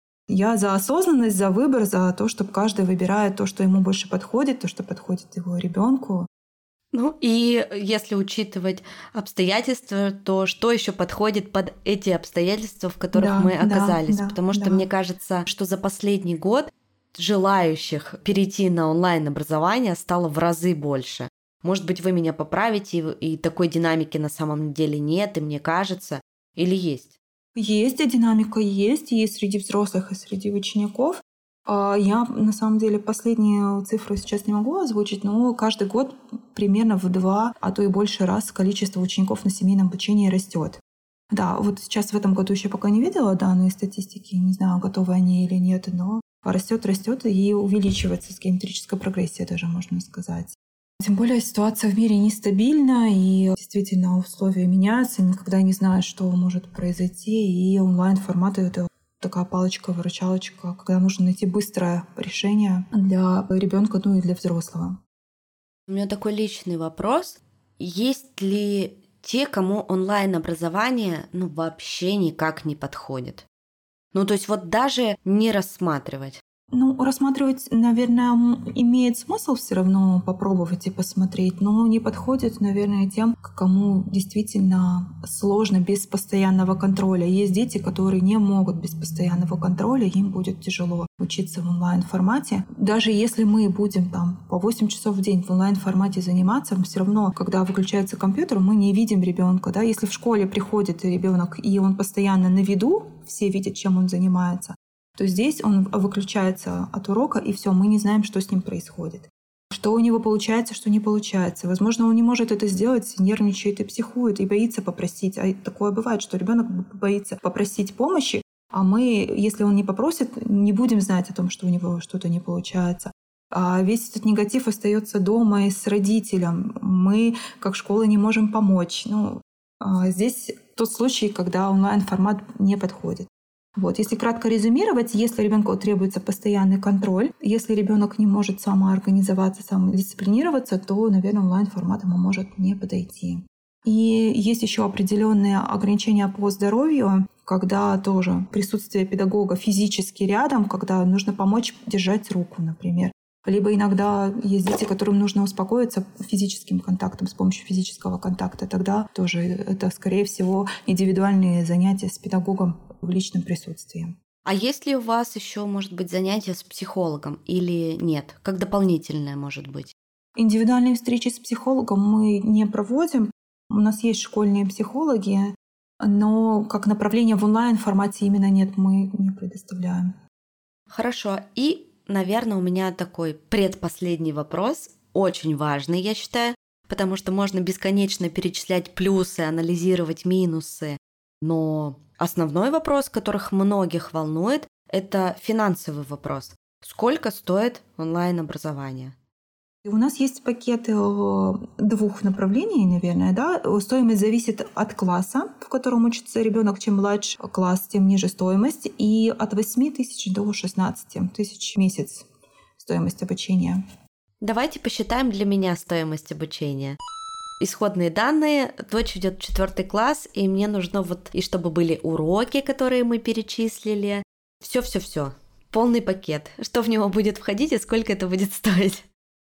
Speaker 1: Я за осознанность, за выбор, за то, чтобы каждый выбирает то, что ему больше подходит, то, что подходит его ребенку.
Speaker 2: Ну и если учитывать обстоятельства, то что еще подходит под эти обстоятельства, в которых
Speaker 1: да,
Speaker 2: мы оказались?
Speaker 1: Да,
Speaker 2: Потому
Speaker 1: да,
Speaker 2: что
Speaker 1: да.
Speaker 2: мне кажется, что за последний год желающих перейти на онлайн-образование стало в разы больше. Может быть, вы меня поправите, и такой динамики на самом деле нет, и мне кажется, или есть?
Speaker 1: Есть, динамика есть, и среди взрослых, и среди учеников. Я, на самом деле, последнюю цифру сейчас не могу озвучить, но каждый год примерно в два, а то и больше раз количество учеников на семейном обучении растет. Да, вот сейчас в этом году еще пока не видела данные статистики, не знаю, готовы они или нет, но растет, растет и увеличивается с геометрической прогрессией, даже можно сказать. Тем более ситуация в мире нестабильна, и действительно условия меняются, никогда не знаешь, что может произойти, и онлайн-форматы — это такая палочка-выручалочка, когда нужно найти быстрое решение для ребенка, ну и для взрослого.
Speaker 2: У меня такой личный вопрос. Есть ли те, кому онлайн-образование ну, вообще никак не подходит? Ну, то есть вот даже не рассматривать.
Speaker 1: Ну, рассматривать, наверное, имеет смысл все равно попробовать и посмотреть, но не подходит, наверное, тем, кому действительно сложно без постоянного контроля. Есть дети, которые не могут без постоянного контроля, им будет тяжело учиться в онлайн-формате. Даже если мы будем там по восемь часов в день в онлайн-формате заниматься, мы все равно, когда выключается компьютер, мы не видим ребенка. Да? Если в школе приходит ребенок и он постоянно на виду, все видят, чем он занимается, то здесь он выключается от урока, и все, мы не знаем, что с ним происходит. Что у него получается, что не получается. Возможно, он не может это сделать, нервничает и психует, и боится попросить. А такое бывает, что ребенок боится попросить помощи, а мы, если он не попросит, не будем знать о том, что у него что-то не получается. А весь этот негатив остается дома и с родителем. Мы, как школа, не можем помочь. Ну, а здесь тот случай, когда онлайн-формат не подходит. Вот. Если кратко резюмировать, если ребенку требуется постоянный контроль, если ребенок не может самоорганизоваться, самодисциплинироваться, то, наверное, онлайн-формат ему может не подойти. И есть еще определенные ограничения по здоровью, когда тоже присутствие педагога физически рядом, когда нужно помочь держать руку, например. Либо иногда есть дети, которым нужно успокоиться физическим контактом, с помощью физического контакта. Тогда тоже это, скорее всего, индивидуальные занятия с педагогом в личном присутствии.
Speaker 2: А есть ли у вас еще, может быть, занятия с психологом или нет? Как дополнительное, может быть?
Speaker 1: Индивидуальные встречи с психологом мы не проводим. У нас есть школьные психологи, но как направление в онлайн-формате именно нет, мы не предоставляем.
Speaker 2: Хорошо. И наверное, у меня такой предпоследний вопрос, очень важный, я считаю, потому что можно бесконечно перечислять плюсы, анализировать минусы, но основной вопрос, которых многих волнует, это финансовый вопрос. Сколько стоит онлайн-образование?
Speaker 1: У нас есть пакеты двух направлений, наверное, да. Стоимость зависит от класса, в котором учится ребенок. Чем младше класс, тем ниже стоимость. И от восьми тысяч до шестнадцати тысяч в месяц стоимость обучения.
Speaker 2: Давайте посчитаем для меня стоимость обучения. Исходные данные. Дочь идет в четвертый класс, и мне нужно вот, и чтобы были уроки, которые мы перечислили. Все-все-все. Полный пакет. Что в него будет входить и сколько это будет стоить?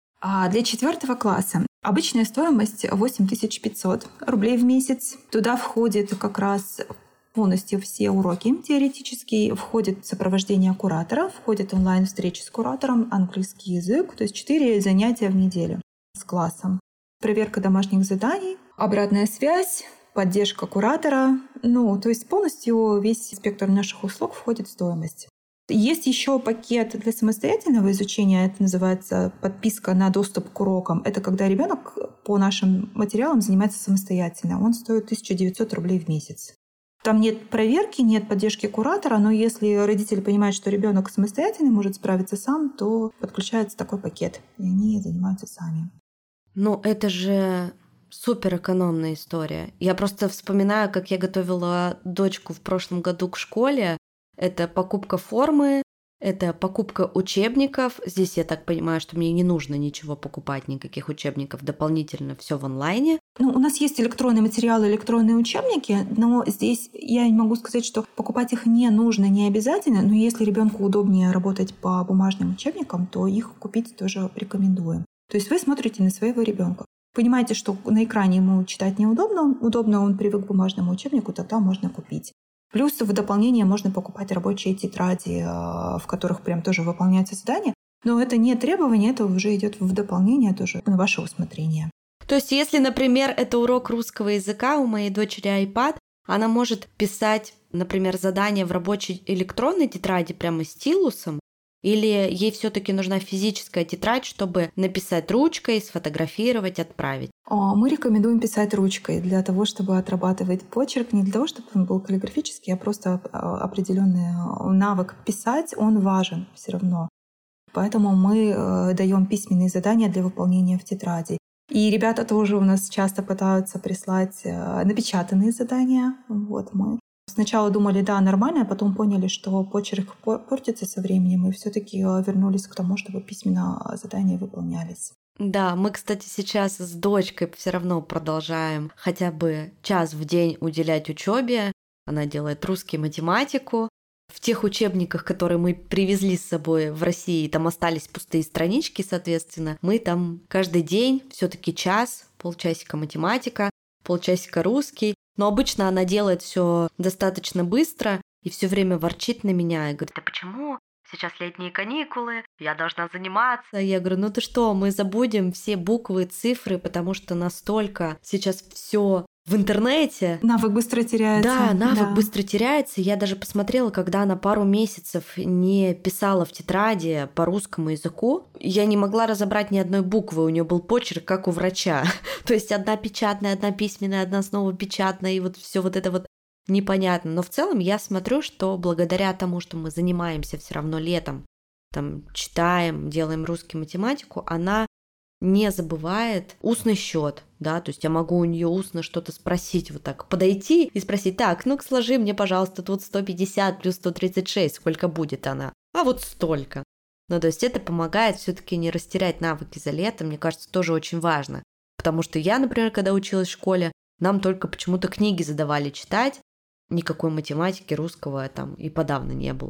Speaker 1: А для четвертого класса обычная стоимость восемь тысяч пятьсот рублей в месяц. Туда входит как раз полностью все уроки теоретические, входит сопровождение куратора, входит онлайн-встречи с куратором, английский язык, то есть четыре занятия в неделю с классом. Проверка домашних заданий, обратная связь, поддержка куратора. Ну, то есть полностью весь спектр наших услуг входит в стоимость. Есть еще пакет для самостоятельного изучения, это называется подписка на доступ к урокам. Это когда ребенок по нашим материалам занимается самостоятельно. Он стоит тысяча девятьсот рублей в месяц. Там нет проверки, нет поддержки куратора, но если родители понимают, что ребенок самостоятельно может справиться сам, то подключается такой пакет, и они занимаются сами.
Speaker 2: Ну, это же супер экономная история. Я просто вспоминаю, как я готовила дочку в прошлом году к школе. Это покупка формы, это покупка учебников. Здесь я так понимаю, что мне не нужно ничего покупать, никаких учебников дополнительно, все в онлайне.
Speaker 1: Ну, у нас есть электронные материалы, электронные учебники, но здесь я не могу сказать, что покупать их не нужно, не обязательно, но если ребенку удобнее работать по бумажным учебникам, то их купить тоже рекомендуем. То есть вы смотрите на своего ребенка. Понимаете, что на экране ему читать неудобно, удобно, он привык к бумажному учебнику, тогда можно купить. Плюс в дополнение можно покупать рабочие тетради, в которых прям тоже выполняются задания. Но это не требование, это уже идет в дополнение тоже на ваше усмотрение.
Speaker 2: То есть, если, например, это урок русского языка, у моей дочери iPad, она может писать, например, задание в рабочей электронной тетради прямо стилусом, или ей все-таки нужна физическая тетрадь, чтобы написать ручкой, сфотографировать, отправить?
Speaker 1: Мы рекомендуем писать ручкой для того, чтобы отрабатывать почерк, не для того, чтобы он был каллиграфический, а просто определенный навык писать, он важен все равно. Поэтому мы даем письменные задания для выполнения в тетради. И ребята тоже у нас часто пытаются прислать напечатанные задания. Вот мы сначала думали, да, нормально, а потом поняли, что почерк портится со временем, и все-таки вернулись к тому, чтобы письменно задания выполнялись.
Speaker 2: Да, мы, кстати, сейчас с дочкой все равно продолжаем хотя бы час в день уделять учебе. Она делает русский, математику. В тех учебниках, которые мы привезли с собой в России, там остались пустые странички, соответственно. Мы там каждый день все-таки час, полчасика математика, полчасика русский. Но обычно она делает все достаточно быстро и все время ворчит на меня и говорит: «А почему? Сейчас летние каникулы, я должна заниматься». Я говорю: ну ты что, мы забудем все буквы, цифры, потому что настолько сейчас все в интернете.
Speaker 1: Навык быстро теряется.
Speaker 2: Да, навык
Speaker 1: да.
Speaker 2: быстро теряется. Я даже посмотрела, когда она пару месяцев не писала в тетради по русскому языку, я не могла разобрать ни одной буквы. У нее был почерк, как у врача. То есть одна печатная, одна письменная, одна снова печатная, и вот все вот это вот непонятно. Но в целом я смотрю, что благодаря тому, что мы занимаемся все равно летом, там читаем, делаем русский, математику, она не забывает устный счет, да, то есть я могу у нее устно что-то спросить, вот так подойти и спросить: так, ну-ка сложи мне, пожалуйста, тут сто пятьдесят плюс сто тридцать шесть, сколько будет она? А вот столько. Ну, то есть это помогает все-таки не растерять навыки за лето, мне кажется, тоже очень важно. Потому что я, например, когда училась в школе, нам только почему-то книги задавали читать, никакой математики, русского там и подавно не было.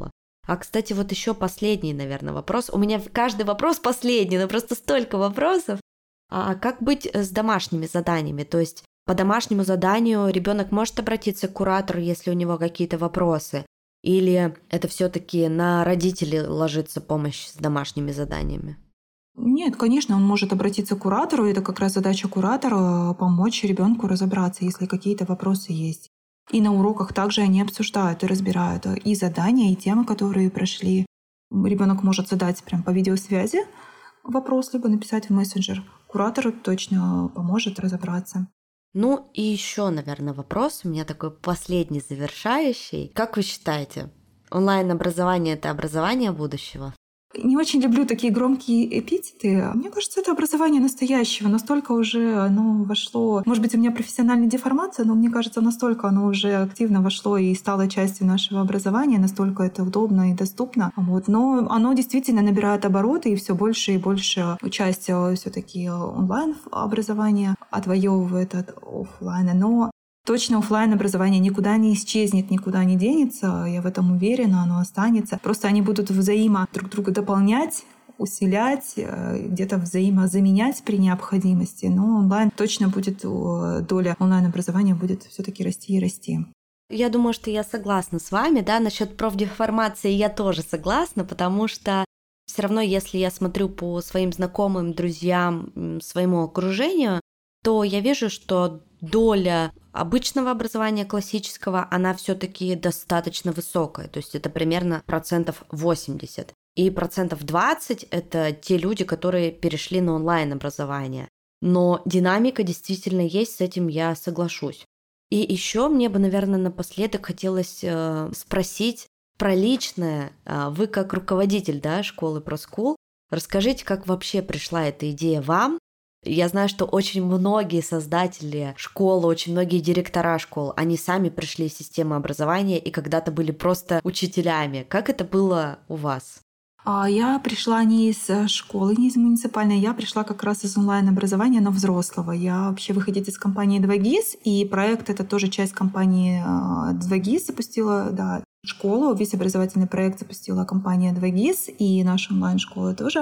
Speaker 2: А, кстати, вот еще последний, наверное, вопрос. У меня каждый вопрос последний, но просто столько вопросов. А как быть с домашними заданиями? То есть по домашнему заданию ребенок может обратиться к куратору, если у него какие-то вопросы? Или это все-таки на родителей ложится помощь с домашними заданиями?
Speaker 1: Нет, конечно, он может обратиться к куратору. Это как раз задача куратора — помочь ребенку разобраться, если какие-то вопросы есть. И на уроках также они обсуждают и разбирают и задания, и темы, которые прошли. Ребенок может задать прям по видеосвязи вопрос, либо написать в мессенджер. Куратор точно поможет разобраться.
Speaker 2: Ну и еще, наверное, вопрос у меня такой последний, завершающий. Как вы считаете, онлайн-образование — это образование будущего?
Speaker 1: Не очень люблю такие громкие эпитеты. Мне кажется, это образование настоящего. Настолько уже оно вошло... Может быть, у меня профессиональная деформация, но мне кажется, настолько оно уже активно вошло и стало частью нашего образования, настолько это удобно и доступно. Вот. Но оно действительно набирает обороты, и все больше и больше участия все-таки онлайн-образования отвоевывает от офлайна. Но точно офлайн образование никуда не исчезнет, никуда не денется. Я в этом уверена, оно останется. Просто они будут взаимо друг друга дополнять, усилять, где-то взаимозаменять при необходимости. Но онлайн точно будет, доля онлайн-образования будет все-таки расти и расти.
Speaker 2: Я думаю, что я согласна с вами, да, насчет профдеформации я тоже согласна, потому что все равно, если я смотрю по своим знакомым, друзьям, своему окружению, то я вижу, что доля обычного образования классического, она все-таки достаточно высокая, то есть это примерно процентов восемьдесят. И процентов двадцать – это те люди, которые перешли на онлайн-образование. Но динамика действительно есть, с этим я соглашусь. И еще мне бы, наверное, напоследок хотелось э, спросить про личное. Вы как руководитель, да, школы ProSchool, расскажите, как вообще пришла эта идея вам? Я знаю, что очень многие создатели школы, очень многие директора школ, они сами пришли из системы образования и когда-то были просто учителями. Как это было у вас?
Speaker 1: Я пришла не из школы, не из муниципальной, я пришла как раз из онлайн-образования, но взрослого. Я вообще выходит из компании два гис, и проект — это тоже часть компании два гис запустила, да, школу. Весь образовательный проект запустила компания два гис, и наша онлайн-школа тоже.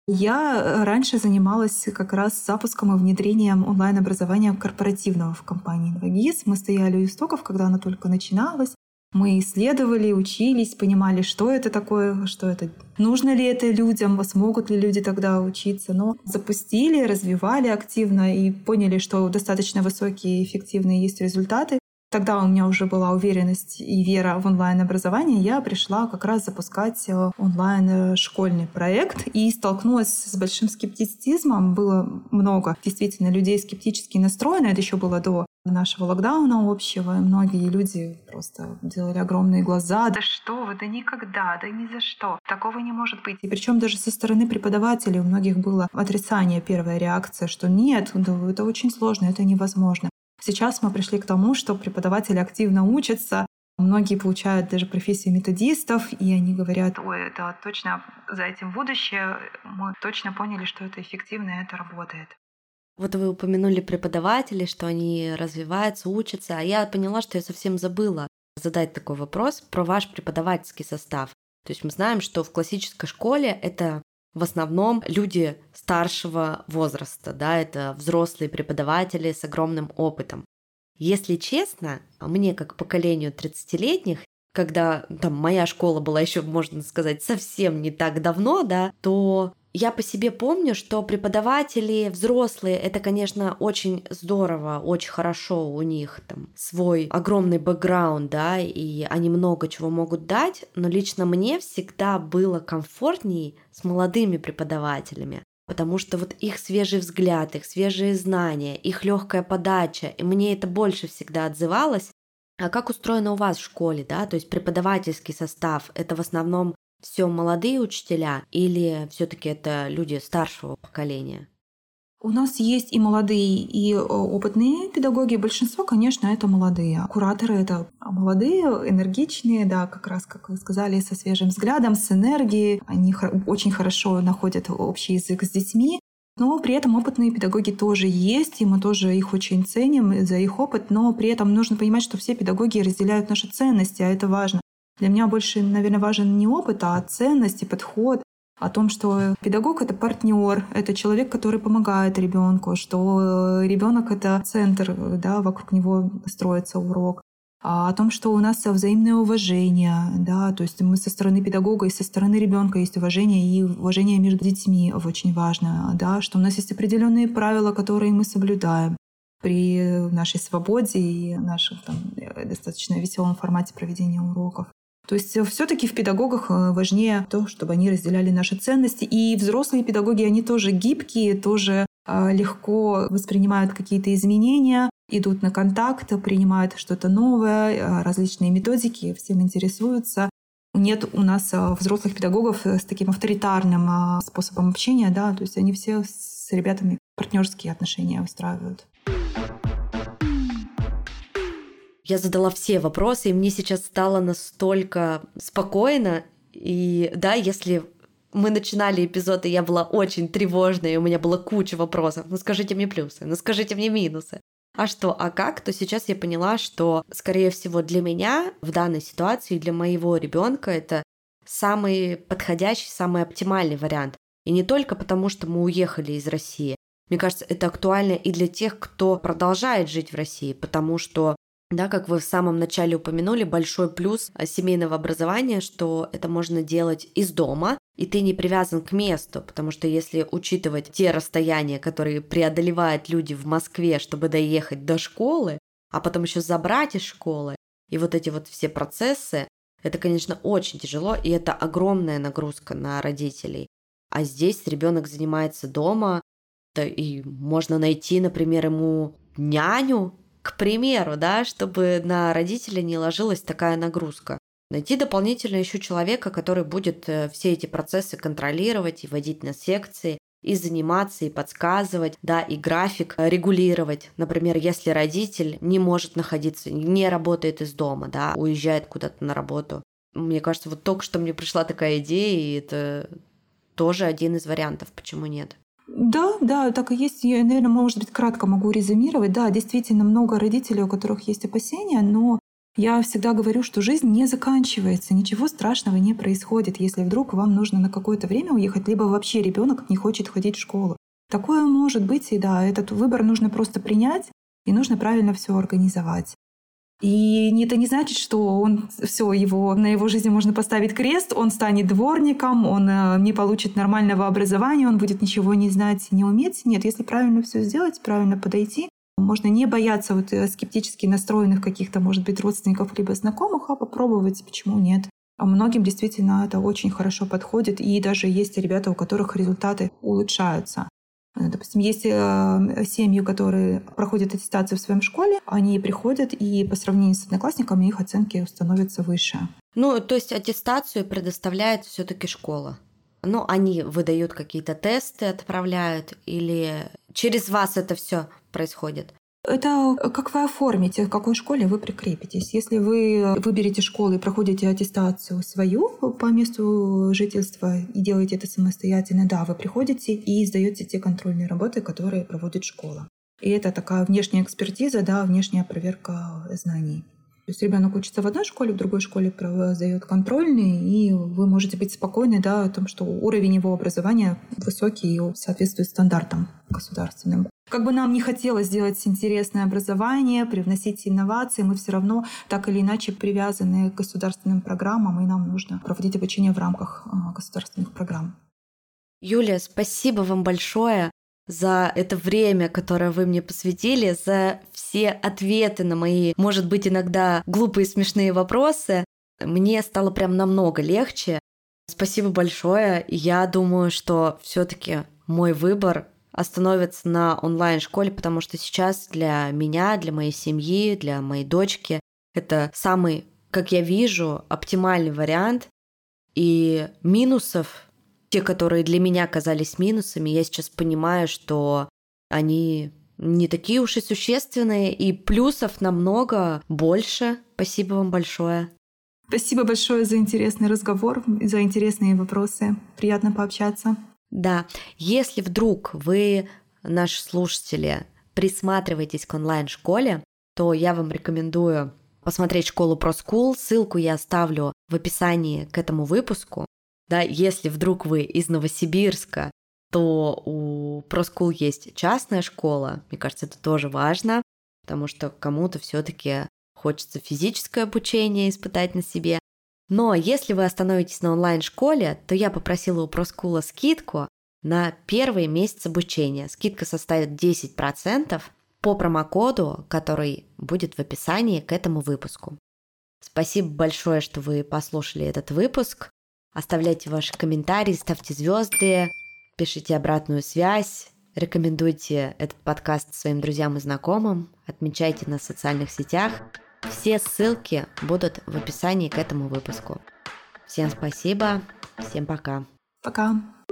Speaker 1: Я раньше занималась как раз запуском и внедрением онлайн-образования корпоративного в компании два гис. Мы стояли у истоков, когда она только начиналась. Мы исследовали, учились, понимали, что это такое, что это, нужно ли это людям, смогут ли люди тогда учиться. Но запустили, развивали активно и поняли, что достаточно высокие и эффективные есть результаты. Тогда у меня уже была уверенность и вера в онлайн-образование. Я пришла как раз запускать онлайн-школьный проект и столкнулась с большим скептицизмом. Было много действительно людей скептически настроено. Это еще было до нашего локдауна общего. И многие люди просто делали огромные глаза. Да что вы, да никогда, да ни за что. Такого не может быть. И причем даже со стороны преподавателей у многих было отрицание, первая реакция, что нет, да, это очень сложно, это невозможно. Сейчас мы пришли к тому, что преподаватели активно учатся. Многие получают даже профессию методистов, и они говорят: ой, это точно за этим будущее. Мы точно поняли, что это эффективно, и это работает.
Speaker 2: Вот вы упомянули преподавателей, что они развиваются, учатся, а я поняла, что я совсем забыла задать такой вопрос про ваш преподавательский состав. То есть мы знаем, что в классической школе это в основном люди старшего возраста, да, это взрослые преподаватели с огромным опытом. Если честно, мне как поколению тридцатилетних, когда там моя школа была еще, можно сказать, совсем не так давно, да, то я по себе помню, что преподаватели взрослые, это, конечно, очень здорово, очень хорошо, у них там свой огромный бэкграунд, да, и они много чего могут дать, но лично мне всегда было комфортней с молодыми преподавателями, потому что вот их свежий взгляд, их свежие знания, их легкая подача, и мне это больше всегда отзывалось. А как устроено у вас в школе, да, то есть преподавательский состав, это в основном все молодые учителя или все-таки это люди старшего поколения?
Speaker 1: У нас есть и молодые, и опытные педагоги. Большинство, конечно, это молодые. Кураторы — это молодые, энергичные, да, как раз, как вы сказали, со свежим взглядом, с энергией. Они очень хорошо находят общий язык с детьми. Но при этом опытные педагоги тоже есть, и мы тоже их очень ценим за их опыт. Но при этом нужно понимать, что все педагоги разделяют наши ценности, а это важно. Для меня больше, наверное, важен не опыт, а ценность и подход. О том, что педагог — это партнер, это человек, который помогает ребенку, что ребенок — это центр, да, вокруг него строится урок. А о том, что у нас взаимное уважение, да, то есть мы со стороны педагога и со стороны ребенка есть уважение, и уважение между детьми очень важно, да, что у нас есть определенные правила, которые мы соблюдаем при нашей свободе и нашем там, достаточно веселом формате проведения уроков. То есть все-таки в педагогах важнее то, чтобы они разделяли наши ценности. И взрослые педагоги, они тоже гибкие, тоже легко воспринимают какие-то изменения, идут на контакт, принимают что-то новое, различные методики, всем интересуются. Нет у нас взрослых педагогов с таким авторитарным способом общения, да, то есть они все с ребятами партнерские отношения устраивают.
Speaker 2: Я задала все вопросы, и мне сейчас стало настолько спокойно. И да, если мы начинали эпизод, и я была очень тревожной, и у меня была куча вопросов. Ну скажите мне плюсы, ну скажите мне минусы. А что, а как? То сейчас я поняла, что, скорее всего, для меня в данной ситуации, для моего ребенка это самый подходящий, самый оптимальный вариант. И не только потому, что мы уехали из России. Мне кажется, это актуально и для тех, кто продолжает жить в России, потому что, да, как вы в самом начале упомянули, большой плюс семейного образования, что это можно делать из дома, и ты не привязан к месту, потому что если учитывать те расстояния, которые преодолевают люди в Москве, чтобы доехать до школы, а потом еще забрать из школы, и вот эти вот все процессы, это, конечно, очень тяжело, и это огромная нагрузка на родителей. А здесь ребенок занимается дома, да, и можно найти, например, ему няню, к примеру, да, чтобы на родителя не ложилась такая нагрузка. Найти дополнительно еще человека, который будет все эти процессы контролировать и водить на секции, и заниматься, и подсказывать, да, и график регулировать. Например, если родитель не может находиться, не работает из дома, да, уезжает куда-то на работу. Мне кажется, вот только что мне пришла такая идея, и это тоже один из вариантов, почему нет.
Speaker 1: Да, да, так и есть. Я, наверное, может быть, кратко могу резюмировать. Да, действительно, много родителей, у которых есть опасения, но я всегда говорю, что жизнь не заканчивается, ничего страшного не происходит, если вдруг вам нужно на какое-то время уехать, либо вообще ребенок не хочет ходить в школу. Такое может быть, и да, этот выбор нужно просто принять, и нужно правильно все организовать. И это не значит, что он все его на его жизни можно поставить крест, он станет дворником, он не получит нормального образования, он будет ничего не знать, не уметь. Нет, если правильно все сделать, правильно подойти, можно не бояться вот скептически настроенных каких-то, может быть, родственников либо знакомых, а попробовать, почему нет. А многим действительно это очень хорошо подходит, и даже есть ребята, у которых результаты улучшаются. Допустим, есть семьи, которые проходят аттестацию в своем школе, они приходят, и по сравнению с одноклассниками их оценки становятся выше.
Speaker 2: Ну, то есть аттестацию предоставляет все-таки школа. Ну, они выдают какие-то тесты, отправляют, или через вас это все происходит?
Speaker 1: Это как вы оформите, в какой школе вы прикрепитесь. Если вы выберете школу и проходите аттестацию свою по месту жительства и делаете это самостоятельно, да, вы приходите и сдаете те контрольные работы, которые проводит школа. И это такая внешняя экспертиза, да, внешняя проверка знаний. То есть ребенок учится в одной школе, в другой школе сдает контрольные, и вы можете быть спокойны, да, о том, что уровень его образования высокий и соответствует стандартам государственным. Как бы нам не хотелось сделать интересное образование, привносить инновации, мы все равно так или иначе привязаны к государственным программам, и нам нужно проводить обучение в рамках государственных программ.
Speaker 2: Юлия, спасибо вам большое за это время, которое вы мне посвятили, за все ответы на мои, может быть, иногда глупые смешные вопросы. Мне стало прям намного легче. Спасибо большое. Я думаю, что все-таки мой выбор остановится на онлайн-школе, потому что сейчас для меня, для моей семьи, для моей дочки это самый, как я вижу, оптимальный вариант. И минусов, те, которые для меня казались минусами, я сейчас понимаю, что они не такие уж и существенные, и плюсов намного больше. Спасибо вам большое.
Speaker 1: Спасибо большое за интересный разговор, за интересные вопросы. Приятно пообщаться.
Speaker 2: Да, если вдруг вы, наши слушатели, присматриваетесь к онлайн-школе, то я вам рекомендую посмотреть школу ProSchool. Ссылку я оставлю в описании к этому выпуску. Да, если вдруг вы из Новосибирска, то у ProSchool есть частная школа. Мне кажется, это тоже важно, потому что кому-то все-таки хочется физическое обучение испытать на себе. Но если вы остановитесь на онлайн-школе, то я попросила у ProSchool скидку на первый месяц обучения. Скидка составит десять процентов по промокоду, который будет в описании к этому выпуску. Спасибо большое, что вы послушали этот выпуск. Оставляйте ваши комментарии, ставьте звезды, пишите обратную связь, рекомендуйте этот подкаст своим друзьям и знакомым, отмечайте нас в социальных сетях. Все ссылки будут в описании к этому выпуску. Всем спасибо, всем пока.
Speaker 1: Пока.